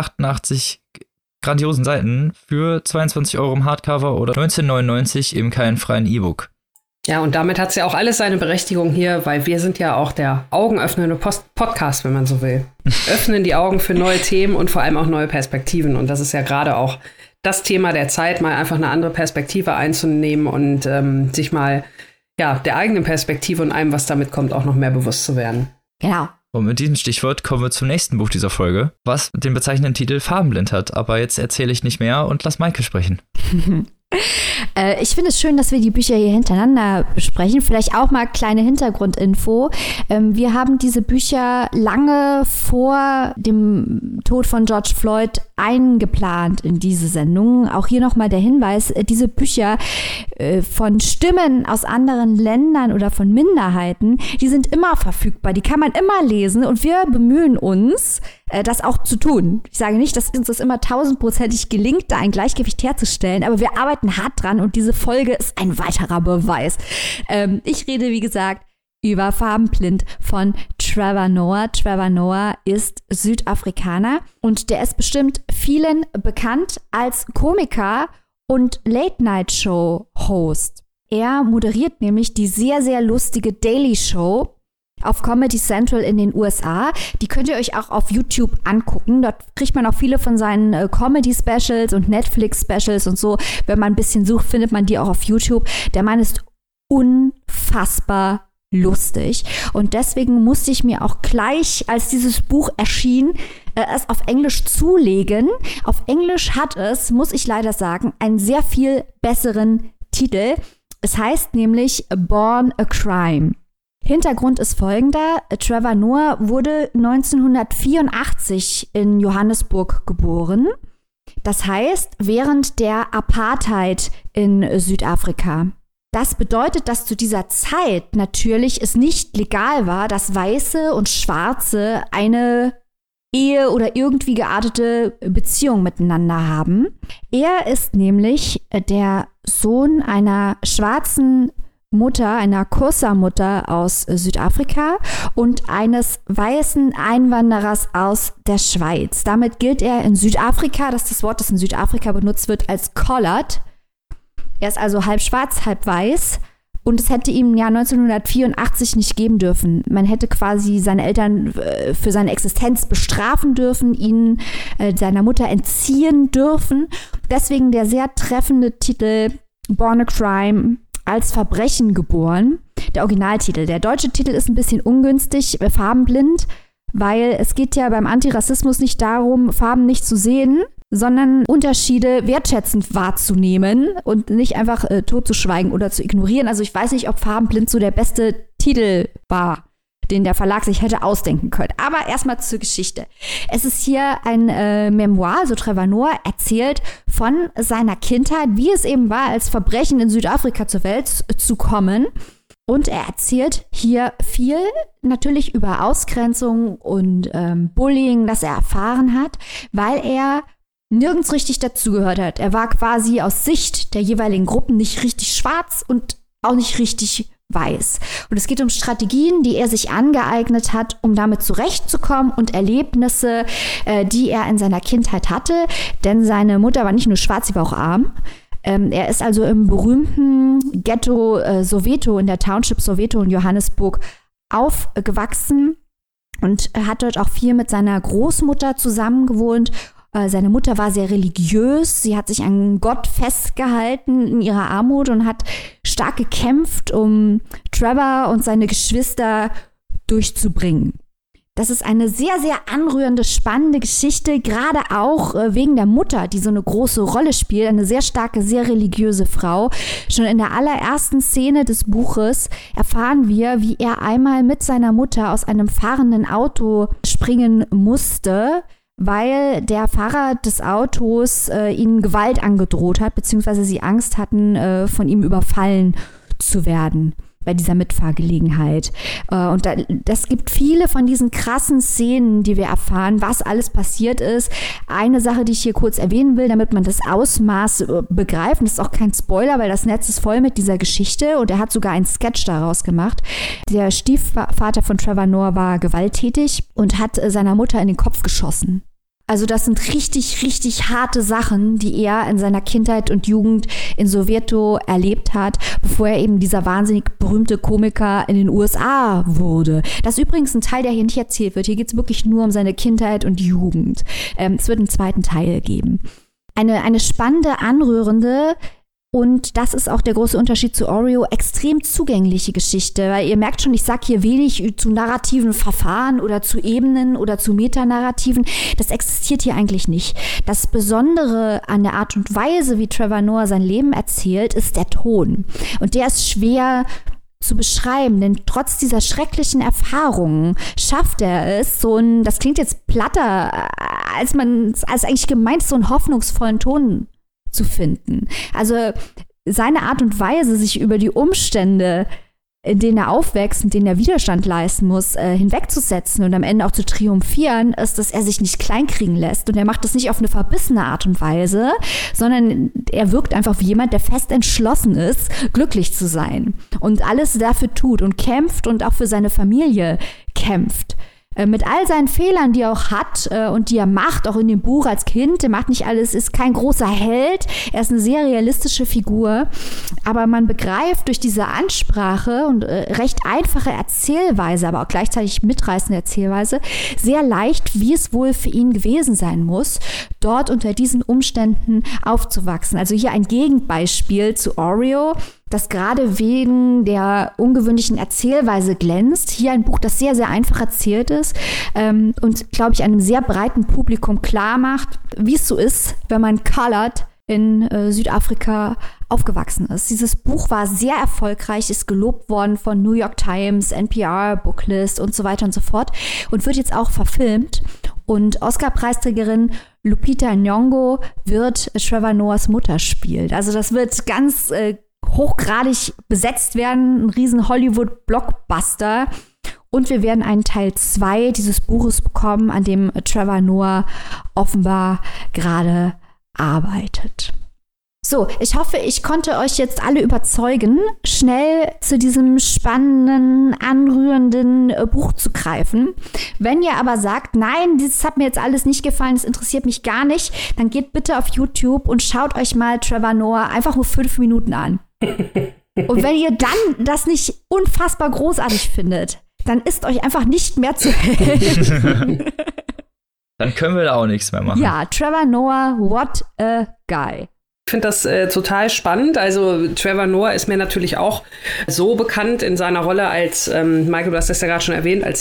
288 grandiosen Seiten für 22 € im Hardcover oder 19,99 € im keimfreien E-Book. Ja, und damit hat es ja auch alles seine Berechtigung hier, weil wir sind ja auch der augenöffnende Podcast, wenn man so will. Öffnen die Augen für neue Themen und vor allem auch neue Perspektiven. Und das ist ja gerade auch das Thema der Zeit, mal einfach eine andere Perspektive einzunehmen und sich mal der eigenen Perspektive und allem, was damit kommt, auch noch mehr bewusst zu werden. Genau. Und mit diesem Stichwort kommen wir zum nächsten Buch dieser Folge, was den bezeichnenden Titel Farbenblind hat. Aber jetzt erzähle ich nicht mehr und lass Maike sprechen. Ich finde es schön, dass wir die Bücher hier hintereinander besprechen. Vielleicht auch mal kleine Hintergrundinfo. Wir haben diese Bücher lange vor dem Tod von George Floyd eingeplant in diese Sendung. Auch hier nochmal der Hinweis, diese Bücher von Stimmen aus anderen Ländern oder von Minderheiten, die sind immer verfügbar. Die kann man immer lesen und wir bemühen uns, das auch zu tun. Ich sage nicht, dass uns das immer 1000%ig gelingt, da ein Gleichgewicht herzustellen, aber wir arbeiten hart dran und diese Folge ist ein weiterer Beweis. Ich rede, wie gesagt, über Farbenblind von Trevor Noah. Trevor Noah ist Südafrikaner und der ist bestimmt vielen bekannt als Komiker und Late-Night-Show-Host. Er moderiert nämlich die sehr, sehr lustige Daily Show auf Comedy Central in den USA. Die könnt ihr euch auch auf YouTube angucken. Dort kriegt man auch viele von seinen Comedy-Specials und Netflix-Specials und so. Wenn man ein bisschen sucht, findet man die auch auf YouTube. Der Mann ist unfassbar lustig. Und deswegen musste ich mir auch gleich, als dieses Buch erschien, es auf Englisch zulegen. Auf Englisch hat es, muss ich leider sagen, einen sehr viel besseren Titel. Es heißt nämlich Born a Crime. Hintergrund ist folgender. Trevor Noah wurde 1984 in Johannesburg geboren. Das heißt, während der Apartheid in Südafrika. Das bedeutet, dass zu dieser Zeit natürlich es nicht legal war, dass Weiße und Schwarze eine Ehe oder irgendwie geartete Beziehung miteinander haben. Er ist nämlich der Sohn einer schwarzen Mutter, einer Xhosa-Mutter aus Südafrika und eines weißen Einwanderers aus der Schweiz. Damit gilt er in Südafrika, das ist das Wort, das in Südafrika benutzt wird, als coloured. Er ist also halb schwarz, halb weiß. Und es hätte ihm im Jahr 1984 nicht geben dürfen. Man hätte quasi seine Eltern für seine Existenz bestrafen dürfen, ihn seiner Mutter entziehen dürfen. Deswegen der sehr treffende Titel Born a Crime, als Verbrechen geboren. Der Originaltitel. Der deutsche Titel ist ein bisschen ungünstig, farbenblind, weil es geht ja beim Antirassismus nicht darum, Farben nicht zu sehen, sondern Unterschiede wertschätzend wahrzunehmen und nicht einfach totzuschweigen oder zu ignorieren. Also ich weiß nicht, ob farbenblind so der beste Titel war, den der Verlag sich hätte ausdenken können. Aber erstmal zur Geschichte. Es ist hier ein Memoir, also Trevor Noah erzählt von seiner Kindheit, wie es eben war, als Verbrechen in Südafrika zur Welt zu kommen. Und er erzählt hier viel natürlich über Ausgrenzung und Bullying, das er erfahren hat, weil er nirgends richtig dazugehört hat. Er war quasi aus Sicht der jeweiligen Gruppen nicht richtig schwarz und auch nicht richtig weiß. Und es geht um Strategien, die er sich angeeignet hat, um damit zurechtzukommen und Erlebnisse, die er in seiner Kindheit hatte. Denn seine Mutter war nicht nur schwarz, sie war auch arm. Er ist also im berühmten Ghetto Soweto, in der Township Soweto in Johannesburg aufgewachsen und hat dort auch viel mit seiner Großmutter zusammengewohnt. Seine Mutter war sehr religiös, sie hat sich an Gott festgehalten in ihrer Armut und hat stark gekämpft, um Trevor und seine Geschwister durchzubringen. Das ist eine sehr, sehr anrührende, spannende Geschichte, gerade auch wegen der Mutter, die so eine große Rolle spielt, eine sehr starke, sehr religiöse Frau. Schon in der allerersten Szene des Buches erfahren wir, wie er einmal mit seiner Mutter aus einem fahrenden Auto springen musste, weil der Fahrer des Autos ihnen Gewalt angedroht hat, beziehungsweise sie Angst hatten, von ihm überfallen zu werden bei dieser Mitfahrgelegenheit. Und das gibt viele von diesen krassen Szenen, die wir erfahren, was alles passiert ist. Eine Sache, die ich hier kurz erwähnen will, damit man das Ausmaß begreift, und das ist auch kein Spoiler, weil das Netz ist voll mit dieser Geschichte und er hat sogar einen Sketch daraus gemacht. Der Stiefvater von Trevor Noah war gewalttätig und hat seiner Mutter in den Kopf geschossen. Also das sind richtig, richtig harte Sachen, die er in seiner Kindheit und Jugend in Soweto erlebt hat, bevor er eben dieser wahnsinnig berühmte Komiker in den USA wurde. Das ist übrigens ein Teil, der hier nicht erzählt wird. Hier geht es wirklich nur um seine Kindheit und Jugend. Es wird einen zweiten Teil geben. Eine spannende, anrührende und das ist auch der große Unterschied zu Oreo, extrem zugängliche Geschichte, weil ihr merkt schon, ich sage hier wenig zu narrativen Verfahren oder zu Ebenen oder zu Metanarrativen. Das existiert hier eigentlich nicht. Das Besondere an der Art und Weise, wie Trevor Noah sein Leben erzählt, ist der Ton. Und der ist schwer zu beschreiben, denn trotz dieser schrecklichen Erfahrungen schafft er es, das klingt jetzt platter, als eigentlich gemeint ist, so einen hoffnungsvollen Ton zu finden. Also seine Art und Weise, sich über die Umstände, in denen er aufwächst, in denen er Widerstand leisten muss, hinwegzusetzen und am Ende auch zu triumphieren, ist, dass er sich nicht kleinkriegen lässt. Und er macht das nicht auf eine verbissene Art und Weise, sondern er wirkt einfach wie jemand, der fest entschlossen ist, glücklich zu sein und alles dafür tut und kämpft und auch für seine Familie kämpft. Mit all seinen Fehlern, die er auch hat und die er macht, auch in dem Buch als Kind, er macht nicht alles, ist kein großer Held, er ist eine sehr realistische Figur, aber man begreift durch diese Ansprache und recht einfache Erzählweise, aber auch gleichzeitig mitreißende Erzählweise, sehr leicht, wie es wohl für ihn gewesen sein muss, dort unter diesen Umständen aufzuwachsen. Also hier ein Gegenbeispiel zu Oreo, das gerade wegen der ungewöhnlichen Erzählweise glänzt. Hier ein Buch, das sehr, sehr einfach erzählt ist und, glaube ich, einem sehr breiten Publikum klar macht, wie es so ist, wenn man colored in Südafrika aufgewachsen ist. Dieses Buch war sehr erfolgreich, ist gelobt worden von New York Times, NPR, Booklist und so weiter und so fort und wird jetzt auch verfilmt. Und Oscar-Preisträgerin Lupita Nyong'o wird Trevor Noahs Mutter spielen. Also das wird ganz hochgradig besetzt werden, ein riesen Hollywood-Blockbuster. Und wir werden einen Teil 2 dieses Buches bekommen, an dem Trevor Noah offenbar gerade arbeitet. So, ich hoffe, ich konnte euch jetzt alle überzeugen, schnell zu diesem spannenden, anrührenden Buch zu greifen. Wenn ihr aber sagt, nein, das hat mir jetzt alles nicht gefallen, das interessiert mich gar nicht, dann geht bitte auf YouTube und schaut euch mal Trevor Noah einfach nur 5 Minuten an. Und wenn ihr dann das nicht unfassbar großartig findet, dann ist euch einfach nicht mehr zu helfen. Dann können wir da auch nichts mehr machen. Ja, Trevor Noah, what a guy. Ich finde das total spannend. Also Trevor Noah ist mir natürlich auch so bekannt in seiner Rolle als, Michael, du hast das ja gerade schon erwähnt, als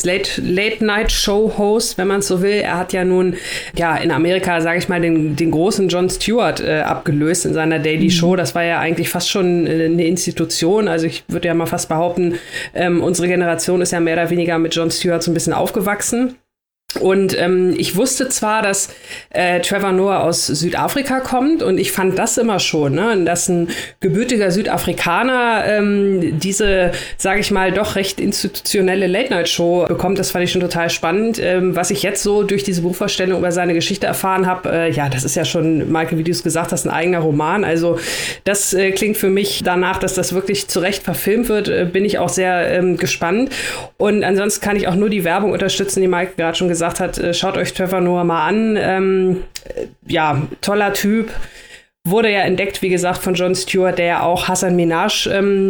Late-Night-Show-Host, wenn man es so will. Er hat ja nun, ja, in Amerika, sage ich mal, den großen Jon Stewart abgelöst in seiner Daily Show. Das war ja eigentlich fast schon eine Institution. Also ich würde ja mal fast behaupten, unsere Generation ist ja mehr oder weniger mit Jon Stewart so ein bisschen aufgewachsen. Und ich wusste zwar, dass Trevor Noah aus Südafrika kommt und ich fand das immer schon, ne, dass ein gebürtiger Südafrikaner diese, sage ich mal, doch recht institutionelle Late-Night-Show bekommt. Das fand ich schon total spannend. Was ich jetzt so durch diese Buchvorstellung über seine Geschichte erfahren habe, ja, das ist ja schon, Michael, wie du es gesagt hast, ein eigener Roman. Also das klingt für mich danach, dass das wirklich zu Recht verfilmt wird, bin ich auch sehr gespannt. Und ansonsten kann ich auch nur die Werbung unterstützen, die Michael gerade schon gesagt hat, schaut euch Trevor Noah mal an. Ja, toller Typ. Wurde ja entdeckt, wie gesagt, von Jon Stewart, der ja auch Hasan Minhaj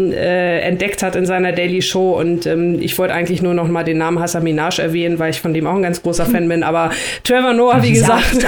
entdeckt hat in seiner Daily Show. Und ich wollte eigentlich nur noch mal den Namen Hasan Minhaj erwähnen, weil ich von dem auch ein ganz großer Fan bin. Aber Trevor Noah, wie gesagt,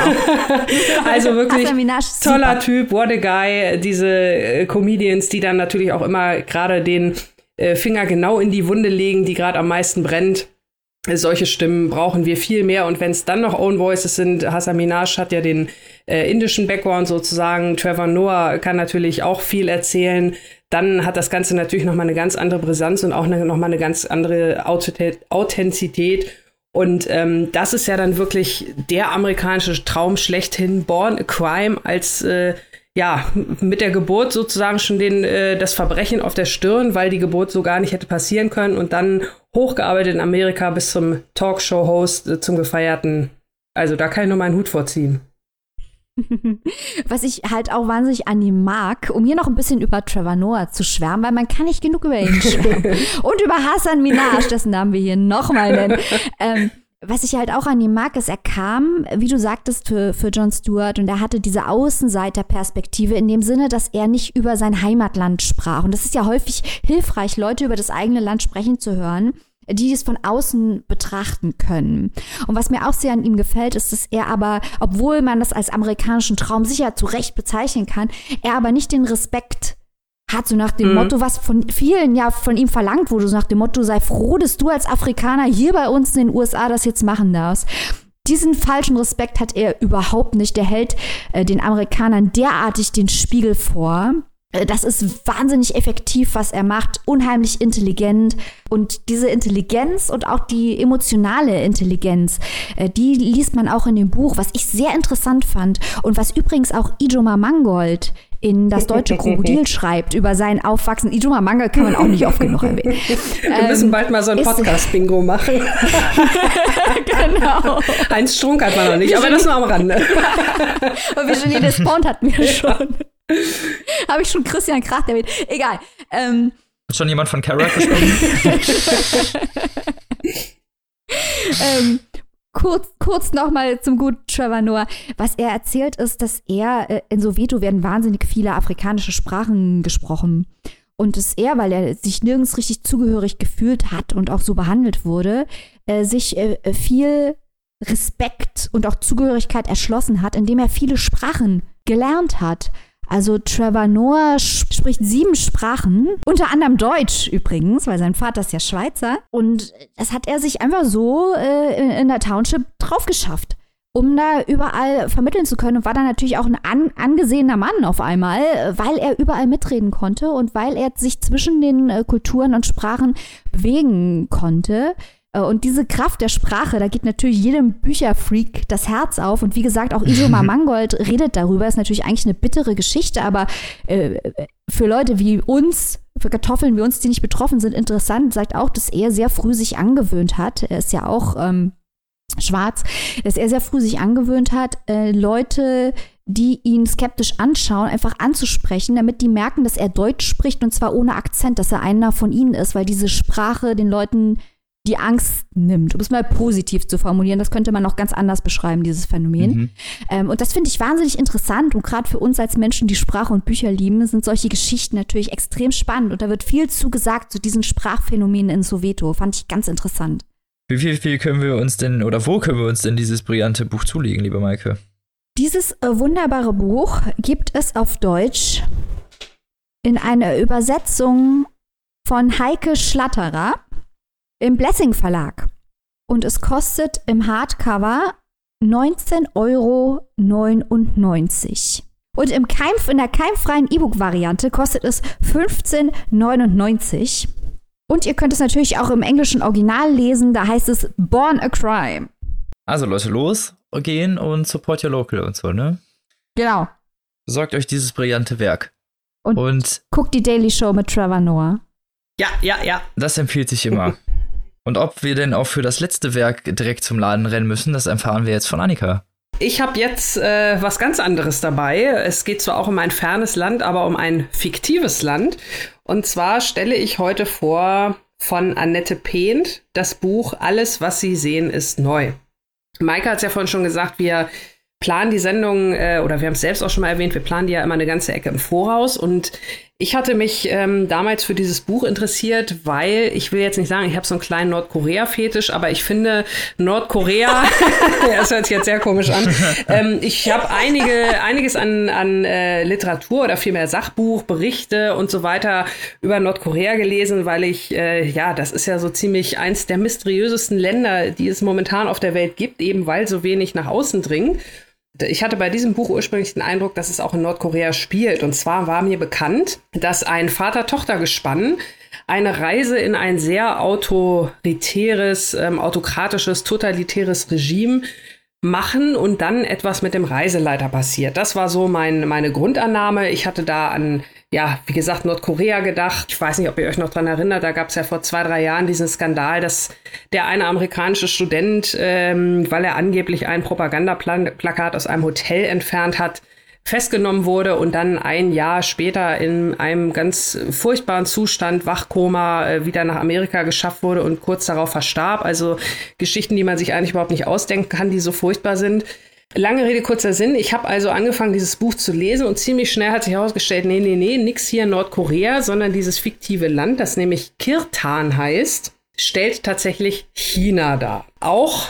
also wirklich toller Typ, what a guy. Diese Comedians, die dann natürlich auch immer gerade den Finger genau in die Wunde legen, die gerade am meisten brennt. Solche Stimmen brauchen wir viel mehr. Und wenn es dann noch Own Voices sind, Hasan Minhaj hat ja den indischen Background sozusagen. Trevor Noah kann natürlich auch viel erzählen. Dann hat das Ganze natürlich noch mal eine ganz andere Brisanz und auch noch mal eine ganz andere Authentizität. Und das ist ja dann wirklich der amerikanische Traum schlechthin. Born a Crime als ja, mit der Geburt sozusagen schon das Verbrechen auf der Stirn, weil die Geburt so gar nicht hätte passieren können und dann hochgearbeitet in Amerika bis zum Talkshow-Host, zum Gefeierten. Also da kann ich nur meinen Hut vorziehen. Was ich halt auch wahnsinnig an ihm mag, um hier noch ein bisschen über Trevor Noah zu schwärmen, weil man kann nicht genug über ihn schwärmen. Und über Hasan Minhaj, dessen Namen wir hier nochmal nennen. Was ich halt auch an ihm mag, ist, er kam, wie du sagtest, für Jon Stewart und er hatte diese Außenseiterperspektive in dem Sinne, dass er nicht über sein Heimatland sprach. Und das ist ja häufig hilfreich, Leute über das eigene Land sprechen zu hören, die es von außen betrachten können. Und was mir auch sehr an ihm gefällt, ist, dass er aber, obwohl man das als amerikanischen Traum sicher zu Recht bezeichnen kann, er aber nicht den Respekt hat, so nach dem Motto, was von vielen ja von ihm verlangt wurde, so nach dem Motto, sei froh, dass du als Afrikaner hier bei uns in den USA das jetzt machen darfst. Diesen falschen Respekt hat er überhaupt nicht. Der hält den Amerikanern derartig den Spiegel vor. Das ist wahnsinnig effektiv, was er macht, unheimlich intelligent. Und diese Intelligenz und auch die emotionale Intelligenz, die liest man auch in dem Buch, was ich sehr interessant fand und was übrigens auch Ijoma Mangold in Das deutsche Krokodil schreibt über sein Aufwachsen. Ijoma Mangold kann man auch nicht oft genug erwähnen. Wir müssen bald mal so ein Podcast-Bingo machen. Genau. Heinz Strunk hat man noch nicht, aber das nur am Rande. Und Virginie Despont hatten wir schon. Habe ich schon Christian Kracht erwähnt. Egal. Hat schon jemand von Kerouac gesprochen? Kurz noch mal zum guten Trevor Noah. Was er erzählt ist, dass er in Soweto werden wahnsinnig viele afrikanische Sprachen gesprochen. Und dass er, weil er sich nirgends richtig zugehörig gefühlt hat und auch so behandelt wurde, sich viel Respekt und auch Zugehörigkeit erschlossen hat, indem er viele Sprachen gelernt hat. Also Trevor Noah spricht 7 Sprachen, unter anderem Deutsch übrigens, weil sein Vater ist ja Schweizer. Und das hat er sich einfach so in der Township drauf geschafft. um da überall vermitteln zu können und war dann natürlich auch ein angesehener Mann auf einmal, weil er überall mitreden konnte und weil er sich zwischen den Kulturen und Sprachen bewegen konnte. Und diese Kraft der Sprache, da geht natürlich jedem Bücherfreak das Herz auf. Und wie gesagt, auch Ijoma Mangold redet darüber. Ist natürlich eigentlich eine bittere Geschichte, aber für Leute wie uns, für Kartoffeln wie uns, die nicht betroffen sind, interessant. Sagt auch, dass er sehr früh sich angewöhnt hat. Er ist ja auch schwarz, dass er sehr früh sich angewöhnt hat, Leute, die ihn skeptisch anschauen, einfach anzusprechen, damit die merken, dass er Deutsch spricht und zwar ohne Akzent, dass er einer von ihnen ist, weil diese Sprache den Leuten die Angst nimmt, um es mal positiv zu formulieren. Das könnte man noch ganz anders beschreiben, dieses Phänomen. Und das finde ich wahnsinnig interessant. Und gerade für uns als Menschen, die Sprache und Bücher lieben, sind solche Geschichten natürlich extrem spannend. Und da wird viel zu gesagt zu diesen Sprachphänomenen in Soweto. Fand ich ganz interessant. Wie viel können wir uns denn, oder wo können wir uns denn dieses brillante Buch zulegen, liebe Maike? Dieses wunderbare Buch gibt es auf Deutsch in einer Übersetzung von Heike Schlatterer im Blessing Verlag. Und es kostet im Hardcover 19,99 €. Und in der keimfreien E-Book-Variante kostet es 15,99 €. Und ihr könnt es natürlich auch im englischen Original lesen, da heißt es Born a Crime. Also Leute, losgehen und support your local und so, ne? Genau. Besorgt euch dieses brillante Werk. Und guckt die Daily Show mit Trevor Noah. Ja. Das empfiehlt sich immer. Und ob wir denn auch für das letzte Werk direkt zum Laden rennen müssen, das erfahren wir jetzt von Annika. Ich habe jetzt was ganz anderes dabei. Es geht zwar auch um ein fernes Land, aber um ein fiktives Land. Und zwar stelle ich heute vor von Annette Pehnt das Buch Alles, was Sie sehen, ist neu. Maike hat es ja vorhin schon gesagt, wir planen die Sendung, oder wir haben es selbst auch schon mal erwähnt, wir planen die ja immer eine ganze Ecke im Voraus. Und ich hatte mich damals für dieses Buch interessiert, weil, ich will jetzt nicht sagen, ich habe so einen kleinen Nordkorea-Fetisch, aber ich finde Nordkorea, das hört sich jetzt sehr komisch an, ich habe einiges an Literatur oder vielmehr Sachbuch, Berichte und so weiter über Nordkorea gelesen, weil ich, das ist ja so ziemlich eins der mysteriösesten Länder, die es momentan auf der Welt gibt, eben weil so wenig nach außen dringen. Ich hatte bei diesem Buch ursprünglich den Eindruck, dass es auch in Nordkorea spielt. Und zwar war mir bekannt, dass ein Vater-Tochter-Gespann eine Reise in ein sehr autoritäres, autokratisches, totalitäres Regime machen und dann etwas mit dem Reiseleiter passiert. Das war so meine Grundannahme. Ich hatte da an, wie gesagt, Nordkorea gedacht. Ich weiß nicht, ob ihr euch noch dran erinnert, da gab es ja vor 2-3 Jahren diesen Skandal, dass der eine amerikanische Student, weil er angeblich ein Propagandaplakat aus einem Hotel entfernt hat, festgenommen wurde und dann ein Jahr später in einem ganz furchtbaren Zustand, Wachkoma, wieder nach Amerika geschafft wurde und kurz darauf verstarb. Also Geschichten, die man sich eigentlich überhaupt nicht ausdenken kann, die so furchtbar sind. Lange Rede, kurzer Sinn. Ich habe also angefangen, dieses Buch zu lesen und ziemlich schnell hat sich herausgestellt, nee, nix hier in Nordkorea, sondern dieses fiktive Land, das nämlich Kirtan heißt, stellt tatsächlich China dar. Auch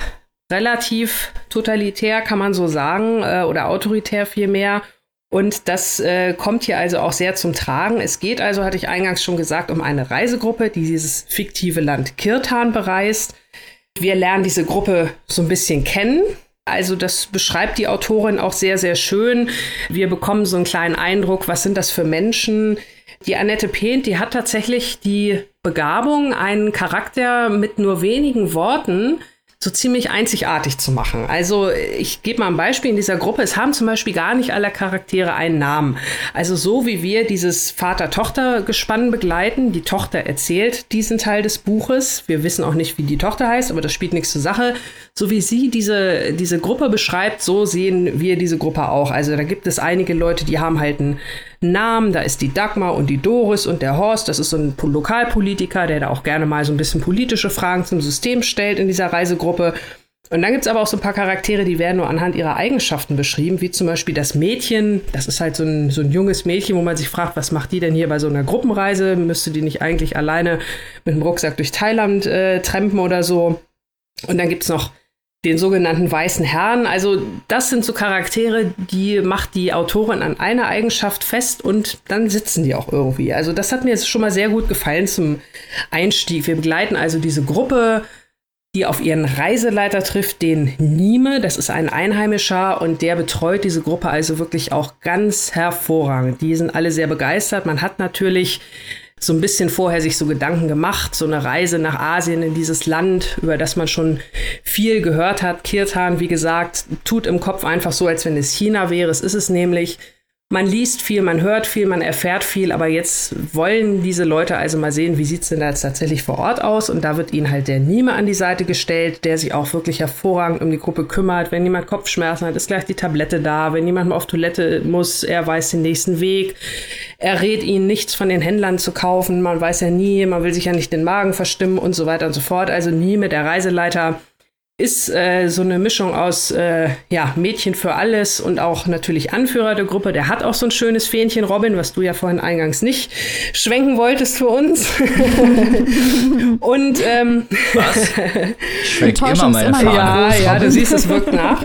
relativ totalitär, kann man so sagen, oder autoritär vielmehr. Und das kommt hier also auch sehr zum Tragen. Es geht also, hatte ich eingangs schon gesagt, um eine Reisegruppe, die dieses fiktive Land Kirtan bereist. Wir lernen diese Gruppe so ein bisschen kennen. Also das beschreibt die Autorin auch sehr, sehr schön. Wir bekommen so einen kleinen Eindruck, was sind das für Menschen? Die Annette Pehnt, die hat tatsächlich die Begabung, einen Charakter mit nur wenigen Worten so ziemlich einzigartig zu machen. Also ich gebe mal ein Beispiel in dieser Gruppe. Es haben zum Beispiel gar nicht alle Charaktere einen Namen. Also so wie wir dieses Vater-Tochter-Gespann begleiten. Die Tochter erzählt diesen Teil des Buches. Wir wissen auch nicht, wie die Tochter heißt, aber das spielt nichts zur Sache. So wie sie diese Gruppe beschreibt, so sehen wir diese Gruppe auch. Also da gibt es einige Leute, die haben halt einen Namen. Da ist die Dagmar und die Doris und der Horst. Das ist so ein Lokalpolitiker, der da auch gerne mal so ein bisschen politische Fragen zum System stellt in dieser Reisegruppe. Und dann gibt es aber auch so ein paar Charaktere, die werden nur anhand ihrer Eigenschaften beschrieben, wie zum Beispiel das Mädchen. Das ist halt so ein junges Mädchen, wo man sich fragt, was macht die denn hier bei so einer Gruppenreise? Müsste die nicht eigentlich alleine mit dem Rucksack durch Thailand trampen oder so? Und dann gibt es noch den sogenannten weißen Herrn. Also das sind so Charaktere, die macht die Autorin an einer Eigenschaft fest und dann sitzen die auch irgendwie. Also das hat mir jetzt schon mal sehr gut gefallen zum Einstieg. Wir begleiten also diese Gruppe die auf ihren Reiseleiter trifft, den Nime. Das ist ein Einheimischer und der betreut diese Gruppe also wirklich auch ganz hervorragend. Die sind alle sehr begeistert. Man hat natürlich so ein bisschen vorher sich so Gedanken gemacht, so eine Reise nach Asien in dieses Land, über das man schon viel gehört hat. Kirtan, wie gesagt, tut im Kopf einfach so, als wenn es China wäre. Es ist es nämlich. Man liest viel, man hört viel, man erfährt viel, aber jetzt wollen diese Leute also mal sehen, wie sieht es denn da jetzt tatsächlich vor Ort aus? Und da wird ihnen halt der Nime an die Seite gestellt, der sich auch wirklich hervorragend um die Gruppe kümmert. Wenn jemand Kopfschmerzen hat, ist gleich die Tablette da. Wenn jemand mal auf Toilette muss, er weiß den nächsten Weg. Er rät ihnen, nichts von den Händlern zu kaufen. Man weiß ja nie, man will sich ja nicht den Magen verstimmen und so weiter und so fort. Also Nime, der Reiseleiter, ist so eine Mischung aus Mädchen für alles und auch natürlich Anführer der Gruppe. Der hat auch so ein schönes Fähnchen, Robin, was du ja vorhin eingangs nicht schwenken wolltest für uns. Und was? Ich schwenk immer meine Fahne. Ja, du siehst, es wirkt nach.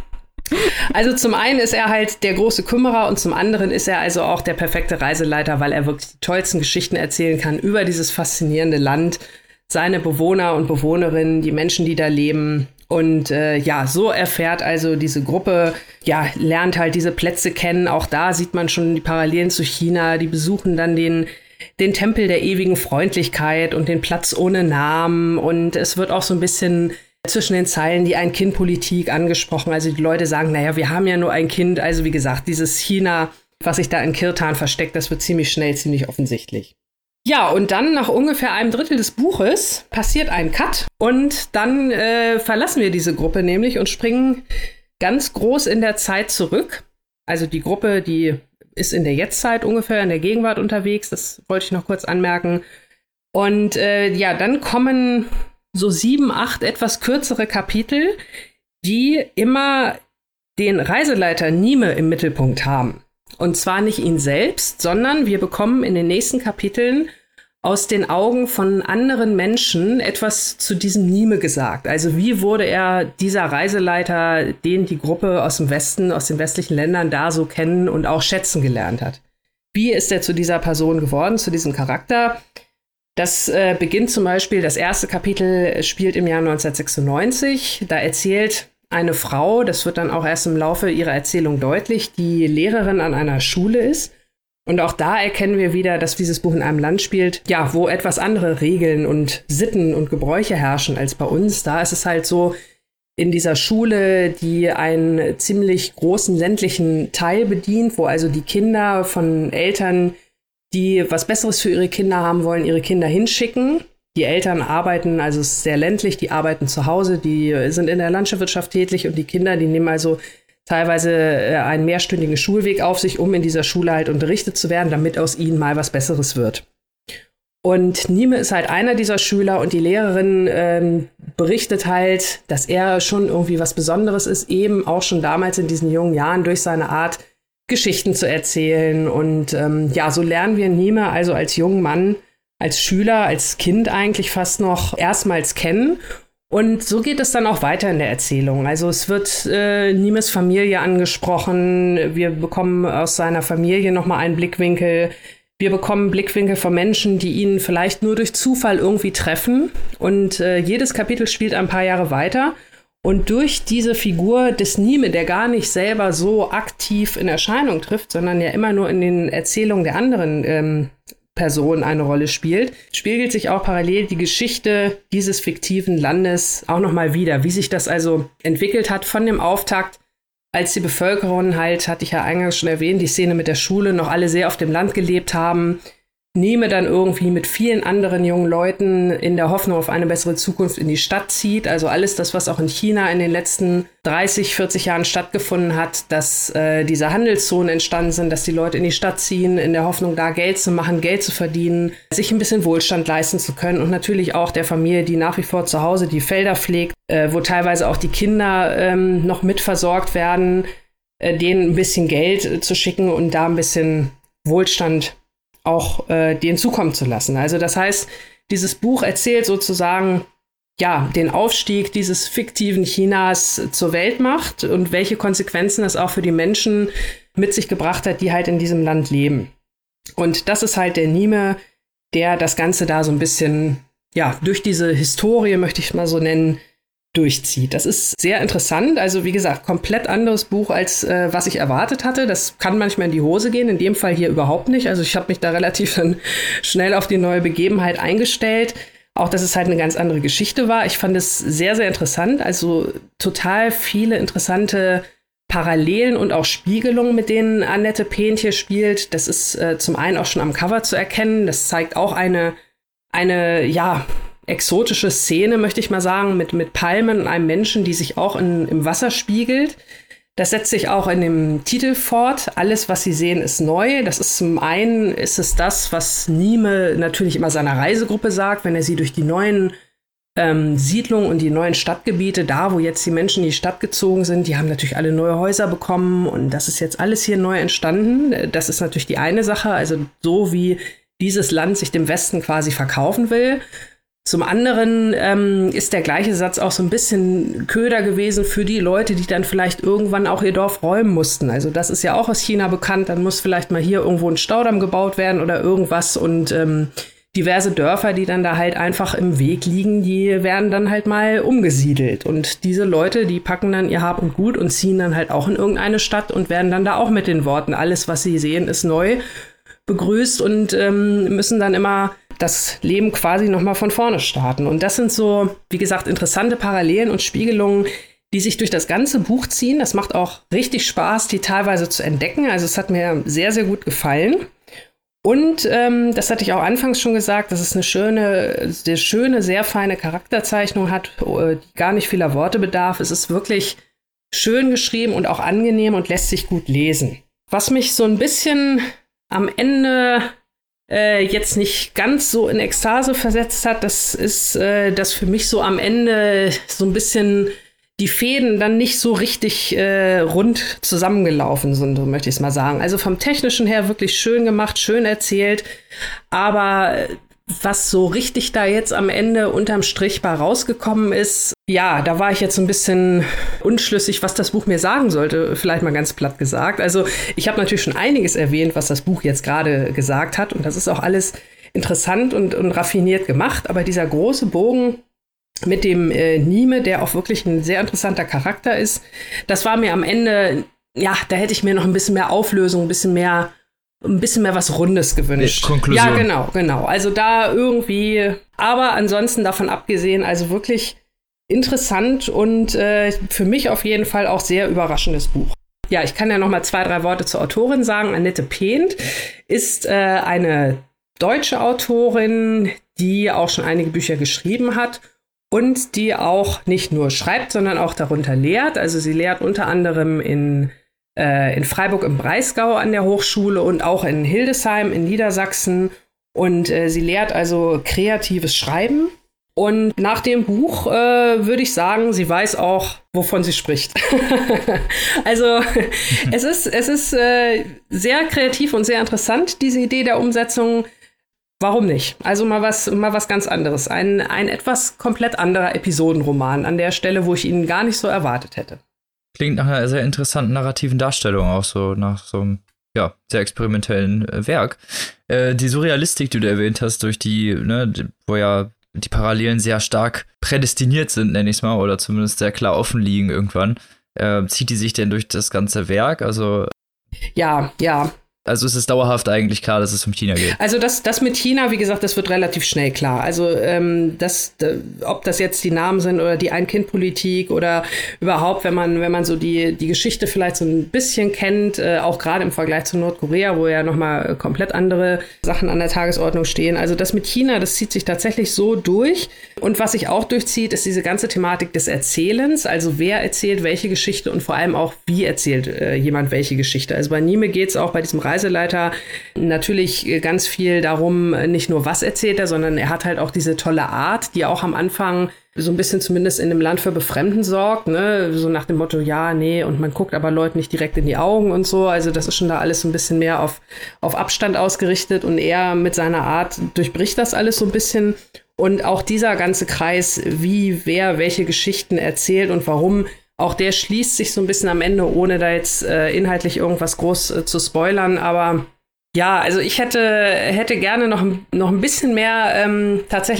Also zum einen ist er halt der große Kümmerer und zum anderen ist er also auch der perfekte Reiseleiter, weil er wirklich die tollsten Geschichten erzählen kann über dieses faszinierende Land, seine Bewohner und Bewohnerinnen, die Menschen, die da leben. Und so erfährt also diese Gruppe, lernt halt diese Plätze kennen. Auch da sieht man schon die Parallelen zu China. Die besuchen dann den Tempel der ewigen Freundlichkeit und den Platz ohne Namen. Und es wird auch so ein bisschen zwischen den Zeilen die Ein-Kind-Politik angesprochen. Also die Leute sagen, naja, wir haben ja nur ein Kind. Also wie gesagt, dieses China, was sich da in Kirtan versteckt, das wird ziemlich schnell, ziemlich offensichtlich. Ja, und dann nach ungefähr 1/3 des Buches passiert ein Cut und dann verlassen wir diese Gruppe nämlich und springen ganz groß in der Zeit zurück. Also die Gruppe, die ist in der Jetztzeit ungefähr, in der Gegenwart unterwegs, das wollte ich noch kurz anmerken. Und dann kommen so 7, 8 etwas kürzere Kapitel, die immer den Reiseleiter Nime im Mittelpunkt haben. Und zwar nicht ihn selbst, sondern wir bekommen in den nächsten Kapiteln aus den Augen von anderen Menschen etwas zu diesem Nime gesagt. Also wie wurde er dieser Reiseleiter, den die Gruppe aus dem Westen, aus den westlichen Ländern da so kennen und auch schätzen gelernt hat? Wie ist er zu dieser Person geworden, zu diesem Charakter? Das beginnt zum Beispiel, das erste Kapitel spielt im Jahr 1996. Da erzählt eine Frau, das wird dann auch erst im Laufe ihrer Erzählung deutlich, die Lehrerin an einer Schule ist. Und auch da erkennen wir wieder, dass dieses Buch in einem Land spielt, wo etwas andere Regeln und Sitten und Gebräuche herrschen als bei uns. Da ist es halt so, in dieser Schule, die einen ziemlich großen ländlichen Teil bedient, wo also die Kinder von Eltern, die was Besseres für ihre Kinder haben wollen, ihre Kinder hinschicken. Die Eltern arbeiten, also es ist sehr ländlich, die arbeiten zu Hause, die sind in der Landwirtschaft tätig und die Kinder, die nehmen also teilweise einen mehrstündigen Schulweg auf sich, um in dieser Schule halt unterrichtet zu werden, damit aus ihnen mal was Besseres wird. Und Nime ist halt einer dieser Schüler und die Lehrerin berichtet halt, dass er schon irgendwie was Besonderes ist, eben auch schon damals in diesen jungen Jahren durch seine Art, Geschichten zu erzählen. Und so lernen wir Nime also als jungen Mann, als Schüler, als Kind eigentlich fast noch erstmals kennen. Und so geht es dann auch weiter in der Erzählung. Also es wird Nimes Familie angesprochen. Wir bekommen aus seiner Familie nochmal einen Blickwinkel. Wir bekommen Blickwinkel von Menschen, die ihn vielleicht nur durch Zufall irgendwie treffen. Und jedes Kapitel spielt ein paar Jahre weiter. Und durch diese Figur des Nime, der gar nicht selber so aktiv in Erscheinung trifft, sondern ja immer nur in den Erzählungen der anderen Person eine Rolle spielt, spiegelt sich auch parallel die Geschichte dieses fiktiven Landes auch nochmal wieder, wie sich das also entwickelt hat von dem Auftakt, als die Bevölkerung halt, hatte ich ja eingangs schon erwähnt, die Szene mit der Schule, noch alle sehr auf dem Land gelebt haben, Nime dann irgendwie mit vielen anderen jungen Leuten in der Hoffnung auf eine bessere Zukunft in die Stadt zieht. Also alles das, was auch in China in den letzten 30, 40 Jahren stattgefunden hat, dass diese Handelszonen entstanden sind, dass die Leute in die Stadt ziehen, in der Hoffnung, da Geld zu machen, Geld zu verdienen, sich ein bisschen Wohlstand leisten zu können und natürlich auch der Familie, die nach wie vor zu Hause die Felder pflegt, wo teilweise auch die Kinder noch mitversorgt werden, denen ein bisschen Geld zu schicken und da ein bisschen Wohlstand auch denen zukommen zu lassen. Also das heißt, dieses Buch erzählt sozusagen den Aufstieg dieses fiktiven Chinas zur Weltmacht und welche Konsequenzen das auch für die Menschen mit sich gebracht hat, die halt in diesem Land leben. Und das ist halt der Nime, der das Ganze da so ein bisschen durch diese Historie, möchte ich es mal so nennen, durchzieht. Das ist sehr interessant. Also wie gesagt, komplett anderes Buch, als was ich erwartet hatte. Das kann manchmal in die Hose gehen, in dem Fall hier überhaupt nicht. Also ich habe mich da relativ dann schnell auf die neue Begebenheit eingestellt. Auch, dass es halt eine ganz andere Geschichte war. Ich fand es sehr, sehr interessant. Also total viele interessante Parallelen und auch Spiegelungen, mit denen Annette Peen hier spielt. Das ist zum einen auch schon am Cover zu erkennen. Das zeigt auch eine exotische Szene, möchte ich mal sagen, mit Palmen und einem Menschen, die sich auch im Wasser spiegelt. Das setzt sich auch in dem Titel fort. Alles, was Sie sehen, ist neu. Das ist zum einen, ist es das, was Nieme natürlich immer seiner Reisegruppe sagt, wenn er sie durch die neuen Siedlungen und die neuen Stadtgebiete, da wo jetzt die Menschen in die Stadt gezogen sind, die haben natürlich alle neue Häuser bekommen und das ist jetzt alles hier neu entstanden. Das ist natürlich die eine Sache, also so wie dieses Land sich dem Westen quasi verkaufen will. Zum anderen ist der gleiche Satz auch so ein bisschen Köder gewesen für die Leute, die dann vielleicht irgendwann auch ihr Dorf räumen mussten. Also das ist ja auch aus China bekannt, dann muss vielleicht mal hier irgendwo ein Staudamm gebaut werden oder irgendwas und diverse Dörfer, die dann da halt einfach im Weg liegen, die werden dann halt mal umgesiedelt. Und diese Leute, die packen dann ihr Hab und Gut und ziehen dann halt auch in irgendeine Stadt und werden dann da auch mit den Worten, alles, was sie sehen, ist neu, begrüßt und müssen dann immer das Leben quasi nochmal von vorne starten. Und das sind so, wie gesagt, interessante Parallelen und Spiegelungen, die sich durch das ganze Buch ziehen. Das macht auch richtig Spaß, die teilweise zu entdecken. Also es hat mir sehr, sehr gut gefallen. Und das hatte ich auch anfangs schon gesagt, dass es eine schöne, sehr feine Charakterzeichnung hat, die gar nicht vieler Worte bedarf. Es ist wirklich schön geschrieben und auch angenehm und lässt sich gut lesen. Was mich so ein bisschen am Ende jetzt nicht ganz so in Ekstase versetzt hat, das ist, dass für mich so am Ende so ein bisschen die Fäden dann nicht so richtig rund zusammengelaufen sind, so möchte ich es mal sagen. Also vom Technischen her wirklich schön gemacht, schön erzählt, aber was so richtig da jetzt am Ende unterm Strich bei rausgekommen ist, ja, da war ich jetzt so ein bisschen unschlüssig, was das Buch mir sagen sollte, vielleicht mal ganz platt gesagt. Also ich habe natürlich schon einiges erwähnt, was das Buch jetzt gerade gesagt hat und das ist auch alles interessant und raffiniert gemacht, aber dieser große Bogen mit dem Nieme, der auch wirklich ein sehr interessanter Charakter ist, das war mir am Ende, ja, da hätte ich mir noch ein bisschen mehr Auflösung, ein bisschen mehr was Rundes gewünscht. Konklusion. Ja, genau. Also da irgendwie, aber ansonsten davon abgesehen, also wirklich interessant und für mich auf jeden Fall auch sehr überraschendes Buch. Ja, ich kann ja noch mal 2, 3 Worte zur Autorin sagen. Annette Peen ist eine deutsche Autorin, die auch schon einige Bücher geschrieben hat und die auch nicht nur schreibt, sondern auch darunter lehrt. Also sie lehrt unter anderem in Freiburg im Breisgau an der Hochschule und auch in Hildesheim in Niedersachsen. Und sie lehrt also kreatives Schreiben. Und nach dem Buch würde ich sagen, sie weiß auch, wovon sie spricht. Also es ist sehr kreativ und sehr interessant, diese Idee der Umsetzung. Warum nicht? Also mal was ganz anderes. Ein etwas komplett anderer Episodenroman an der Stelle, wo ich ihn gar nicht so erwartet hätte. Klingt nach einer sehr interessanten narrativen Darstellung, auch so nach so einem, ja, sehr experimentellen Werk. Die Surrealistik, die du erwähnt hast, durch die, ne, wo ja die Parallelen sehr stark prädestiniert sind, nenne ich es mal, oder zumindest sehr klar offen liegen irgendwann. Zieht die sich denn durch das ganze Werk? Also ja. Also es ist dauerhaft eigentlich klar, dass es um China geht. Also das mit China, wie gesagt, das wird relativ schnell klar. Also ob das jetzt die Namen sind oder die Ein-Kind-Politik oder überhaupt, wenn man so die Geschichte vielleicht so ein bisschen kennt, auch gerade im Vergleich zu Nordkorea, wo ja nochmal komplett andere Sachen an der Tagesordnung stehen. Also das mit China, das zieht sich tatsächlich so durch. Und was sich auch durchzieht, ist diese ganze Thematik des Erzählens. Also wer erzählt welche Geschichte und vor allem auch, wie erzählt jemand welche Geschichte. Also bei Nieme geht es auch bei diesem Reiseleiter natürlich ganz viel darum, nicht nur was erzählt er, sondern er hat halt auch diese tolle Art, die auch am Anfang so ein bisschen zumindest in dem Land für Befremden sorgt, ne? So nach dem Motto, ja, nee, und man guckt aber Leuten nicht direkt in die Augen und so. Also das ist schon da alles so ein bisschen mehr auf Abstand ausgerichtet und er mit seiner Art durchbricht das alles so ein bisschen. Und auch dieser ganze Kreis, wie wer welche Geschichten erzählt und warum, auch der schließt sich so ein bisschen am Ende, ohne da jetzt inhaltlich irgendwas groß zu spoilern. Aber ja, also ich hätte gerne noch ein bisschen mehr tatsächlich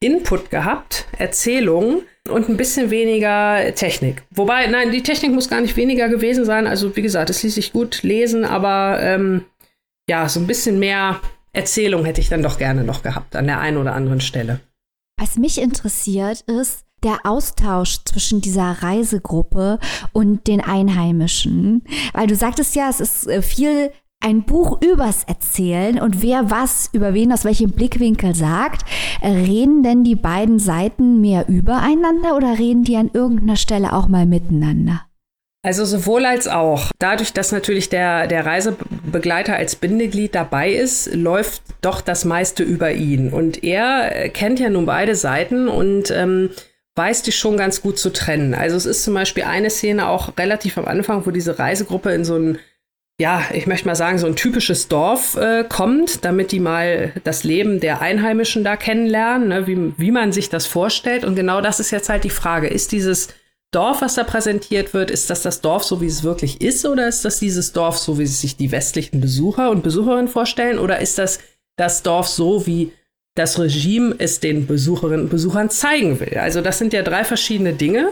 Input gehabt, Erzählung und ein bisschen weniger Technik. Wobei, nein, die Technik muss gar nicht weniger gewesen sein. Also wie gesagt, es ließ sich gut lesen, aber ja, so ein bisschen mehr Erzählung hätte ich dann doch gerne noch gehabt an der einen oder anderen Stelle. Was mich interessiert, ist der Austausch zwischen dieser Reisegruppe und den Einheimischen. Weil du sagtest ja, es ist viel ein Buch übers Erzählen und wer was über wen aus welchem Blickwinkel sagt. Reden denn die beiden Seiten mehr übereinander oder reden die an irgendeiner Stelle auch mal miteinander? Also sowohl als auch. Dadurch, dass natürlich der Reisebegleiter als Bindeglied dabei ist, läuft doch das meiste über ihn. Und er kennt ja nun beide Seiten und weiß die schon ganz gut zu trennen. Also es ist zum Beispiel eine Szene auch relativ am Anfang, wo diese Reisegruppe in so ein, ja, ich möchte mal sagen, so ein typisches Dorf kommt, damit die mal das Leben der Einheimischen da kennenlernen, ne, wie man sich das vorstellt. Und genau das ist jetzt halt die Frage. Ist dieses Dorf, was da präsentiert wird, ist das Dorf, so wie es wirklich ist, oder ist das dieses Dorf, so wie sich die westlichen Besucher und Besucherinnen vorstellen, oder ist das Dorf so, wie das Regime es den Besucherinnen und Besuchern zeigen will? Also das sind ja 3 verschiedene Dinge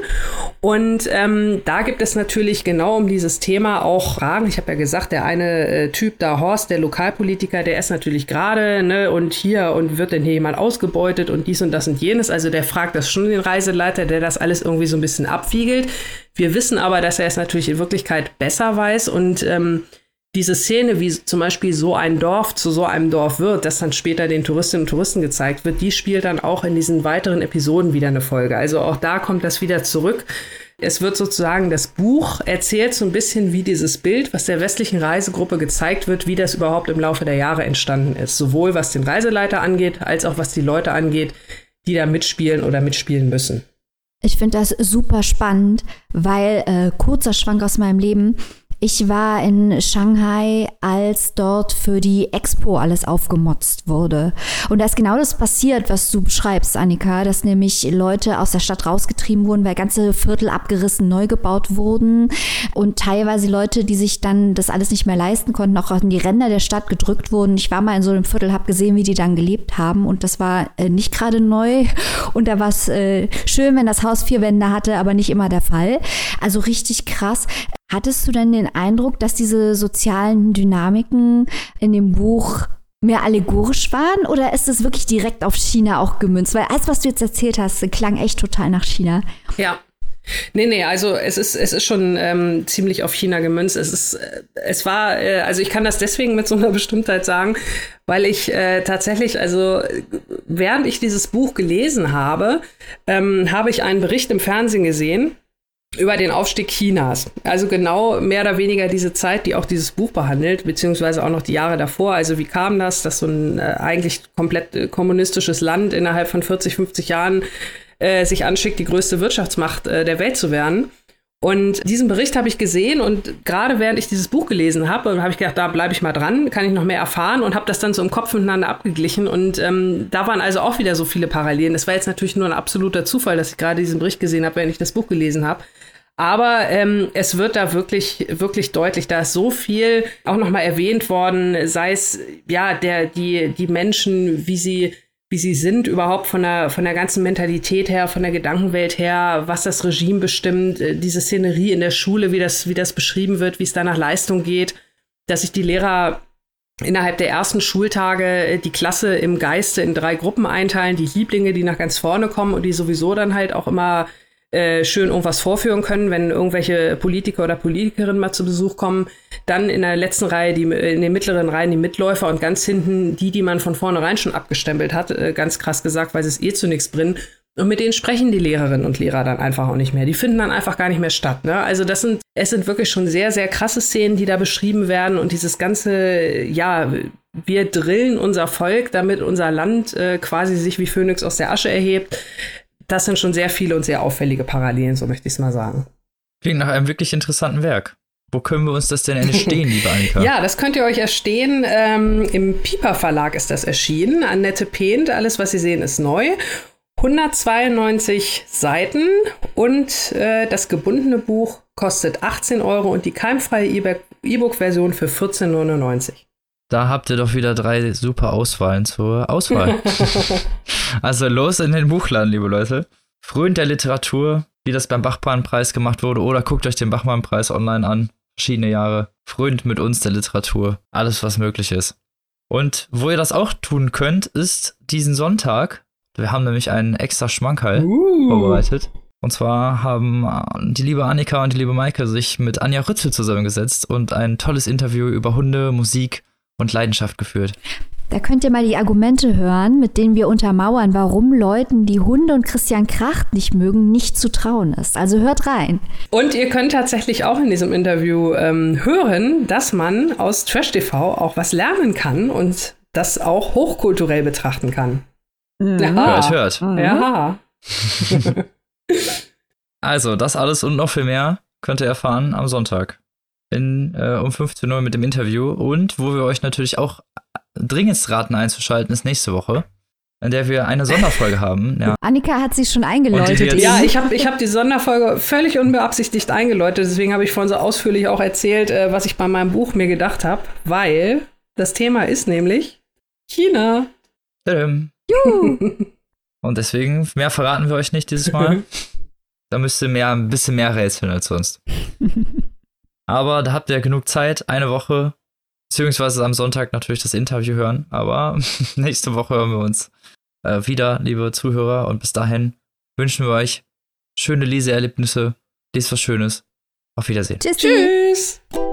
und da gibt es natürlich genau um dieses Thema auch Fragen. Ich habe ja gesagt, der eine Typ da, Horst, der Lokalpolitiker, der ist natürlich gerade, ne, und hier und wird denn hier jemand ausgebeutet und dies und das und jenes. Also der fragt das schon den Reiseleiter, der das alles irgendwie so ein bisschen abwiegelt. Wir wissen aber, dass er es natürlich in Wirklichkeit besser weiß und diese Szene, wie zum Beispiel so ein Dorf zu so einem Dorf wird, das dann später den Touristinnen und Touristen gezeigt wird, die spielt dann auch in diesen weiteren Episoden wieder eine Folge. Also auch da kommt das wieder zurück. Es wird sozusagen, das Buch erzählt so ein bisschen, wie dieses Bild, was der westlichen Reisegruppe gezeigt wird, wie das überhaupt im Laufe der Jahre entstanden ist. Sowohl was den Reiseleiter angeht, als auch was die Leute angeht, die da mitspielen oder mitspielen müssen. Ich finde das super spannend, weil kurzer Schwank aus meinem Leben. Ich war in Shanghai, als dort für die Expo alles aufgemotzt wurde. Und da ist genau das passiert, was du beschreibst, Annika, dass nämlich Leute aus der Stadt rausgetrieben wurden, weil ganze Viertel abgerissen, neu gebaut wurden und teilweise Leute, die sich dann das alles nicht mehr leisten konnten, auch in die Ränder der Stadt gedrückt wurden. Ich war mal in so einem Viertel, habe gesehen, wie die dann gelebt haben und das war nicht gerade neu und da war es schön, wenn das Haus 4 Wände hatte, aber nicht immer der Fall. Also richtig krass. Hattest du denn den Eindruck, dass diese sozialen Dynamiken in dem Buch mehr allegorisch waren oder ist es wirklich direkt auf China auch gemünzt? Weil alles, was du jetzt erzählt hast, klang echt total nach China. Ja. Nee, also es ist schon ziemlich auf China gemünzt. Es war, also ich kann das deswegen mit so einer Bestimmtheit sagen, weil ich tatsächlich, also während ich dieses Buch gelesen habe, habe ich einen Bericht im Fernsehen gesehen über den Aufstieg Chinas. Also genau mehr oder weniger diese Zeit, die auch dieses Buch behandelt, beziehungsweise auch noch die Jahre davor. Also wie kam das, dass so ein eigentlich komplett kommunistisches Land innerhalb von 40, 50 Jahren sich anschickt, die größte Wirtschaftsmacht der Welt zu werden? Und diesen Bericht habe ich gesehen und gerade während ich dieses Buch gelesen habe, habe ich gedacht, da bleibe ich mal dran, kann ich noch mehr erfahren und habe das dann so im Kopf miteinander abgeglichen und da waren also auch wieder so viele Parallelen. Es war jetzt natürlich nur ein absoluter Zufall, dass ich gerade diesen Bericht gesehen habe, während ich das Buch gelesen habe. Aber es wird da wirklich, wirklich deutlich, da ist so viel auch nochmal erwähnt worden, sei es ja die Menschen, wie sie sind, überhaupt von der ganzen Mentalität her, von der Gedankenwelt her, was das Regime bestimmt, diese Szenerie in der Schule, wie das beschrieben wird, wie es da nach Leistung geht, dass sich die Lehrer innerhalb der ersten Schultage die Klasse im Geiste in 3 Gruppen einteilen, die Lieblinge, die nach ganz vorne kommen und die sowieso dann halt auch immer schön irgendwas vorführen können, wenn irgendwelche Politiker oder Politikerinnen mal zu Besuch kommen. Dann in der letzten Reihe, in den mittleren Reihen die Mitläufer und ganz hinten die man von vornherein schon abgestempelt hat, ganz krass gesagt, weil sie es zu nichts bringen. Und mit denen sprechen die Lehrerinnen und Lehrer dann einfach auch nicht mehr. Die finden dann einfach gar nicht mehr statt. Ne? Also es sind wirklich schon sehr, sehr krasse Szenen, die da beschrieben werden und dieses ganze, ja, wir drillen unser Volk, damit unser Land quasi sich wie Phönix aus der Asche erhebt. Das sind schon sehr viele und sehr auffällige Parallelen, so möchte ich es mal sagen. Klingt nach einem wirklich interessanten Werk. Wo können wir uns das denn erstehen, liebe Annika? Ja, das könnt ihr euch erstehen. Im Piper Verlag ist das erschienen. Annette Pehnt, alles, was Sie sehen, ist neu. 192 Seiten und das gebundene Buch kostet 18 € und die keimfreie E-Book-Version für 14,99 €. Da habt ihr doch wieder 3 super Auswahlen zur Auswahl. Also los in den Buchladen, liebe Leute. Frönt der Literatur, wie das beim Bachmann-Preis gemacht wurde, oder guckt euch den Bachmann-Preis online an. Verschiedene Jahre. Frönt mit uns der Literatur. Alles, was möglich ist. Und wo ihr das auch tun könnt, ist diesen Sonntag. Wir haben nämlich einen extra Schmankerl vorbereitet. Und zwar haben die liebe Annika und die liebe Maike sich mit Anja Rützel zusammengesetzt und ein tolles Interview über Hunde, Musik und Leidenschaft geführt. Da könnt ihr mal die Argumente hören, mit denen wir untermauern, warum Leuten, die Hunde und Christian Kracht nicht mögen, nicht zu trauen ist. Also hört rein. Und ihr könnt tatsächlich auch in diesem Interview hören, dass man aus Trash TV auch was lernen kann und das auch hochkulturell betrachten kann. Hört. Ja. Also, das alles und noch viel mehr könnt ihr erfahren am Sonntag um 15 Uhr mit dem Interview. Und wo wir euch natürlich auch dringend raten einzuschalten, ist nächste Woche, in der wir eine Sonderfolge haben. Ja. Annika hat sich schon eingeläutet. Ja, ich hab die Sonderfolge völlig unbeabsichtigt eingeläutet. Deswegen habe ich vorhin so ausführlich auch erzählt, was ich bei meinem Buch mir gedacht habe. Weil das Thema ist nämlich China. Juhu. Und deswegen, mehr verraten wir euch nicht dieses Mal. Da müsst ihr ein bisschen mehr rätseln als sonst. Aber da habt ihr genug Zeit, eine Woche, beziehungsweise am Sonntag natürlich das Interview hören. Aber nächste Woche hören wir uns wieder, liebe Zuhörer. Und bis dahin wünschen wir euch schöne Leseerlebnisse. Lest was Schönes. Auf Wiedersehen. Tschüss. Tschüss.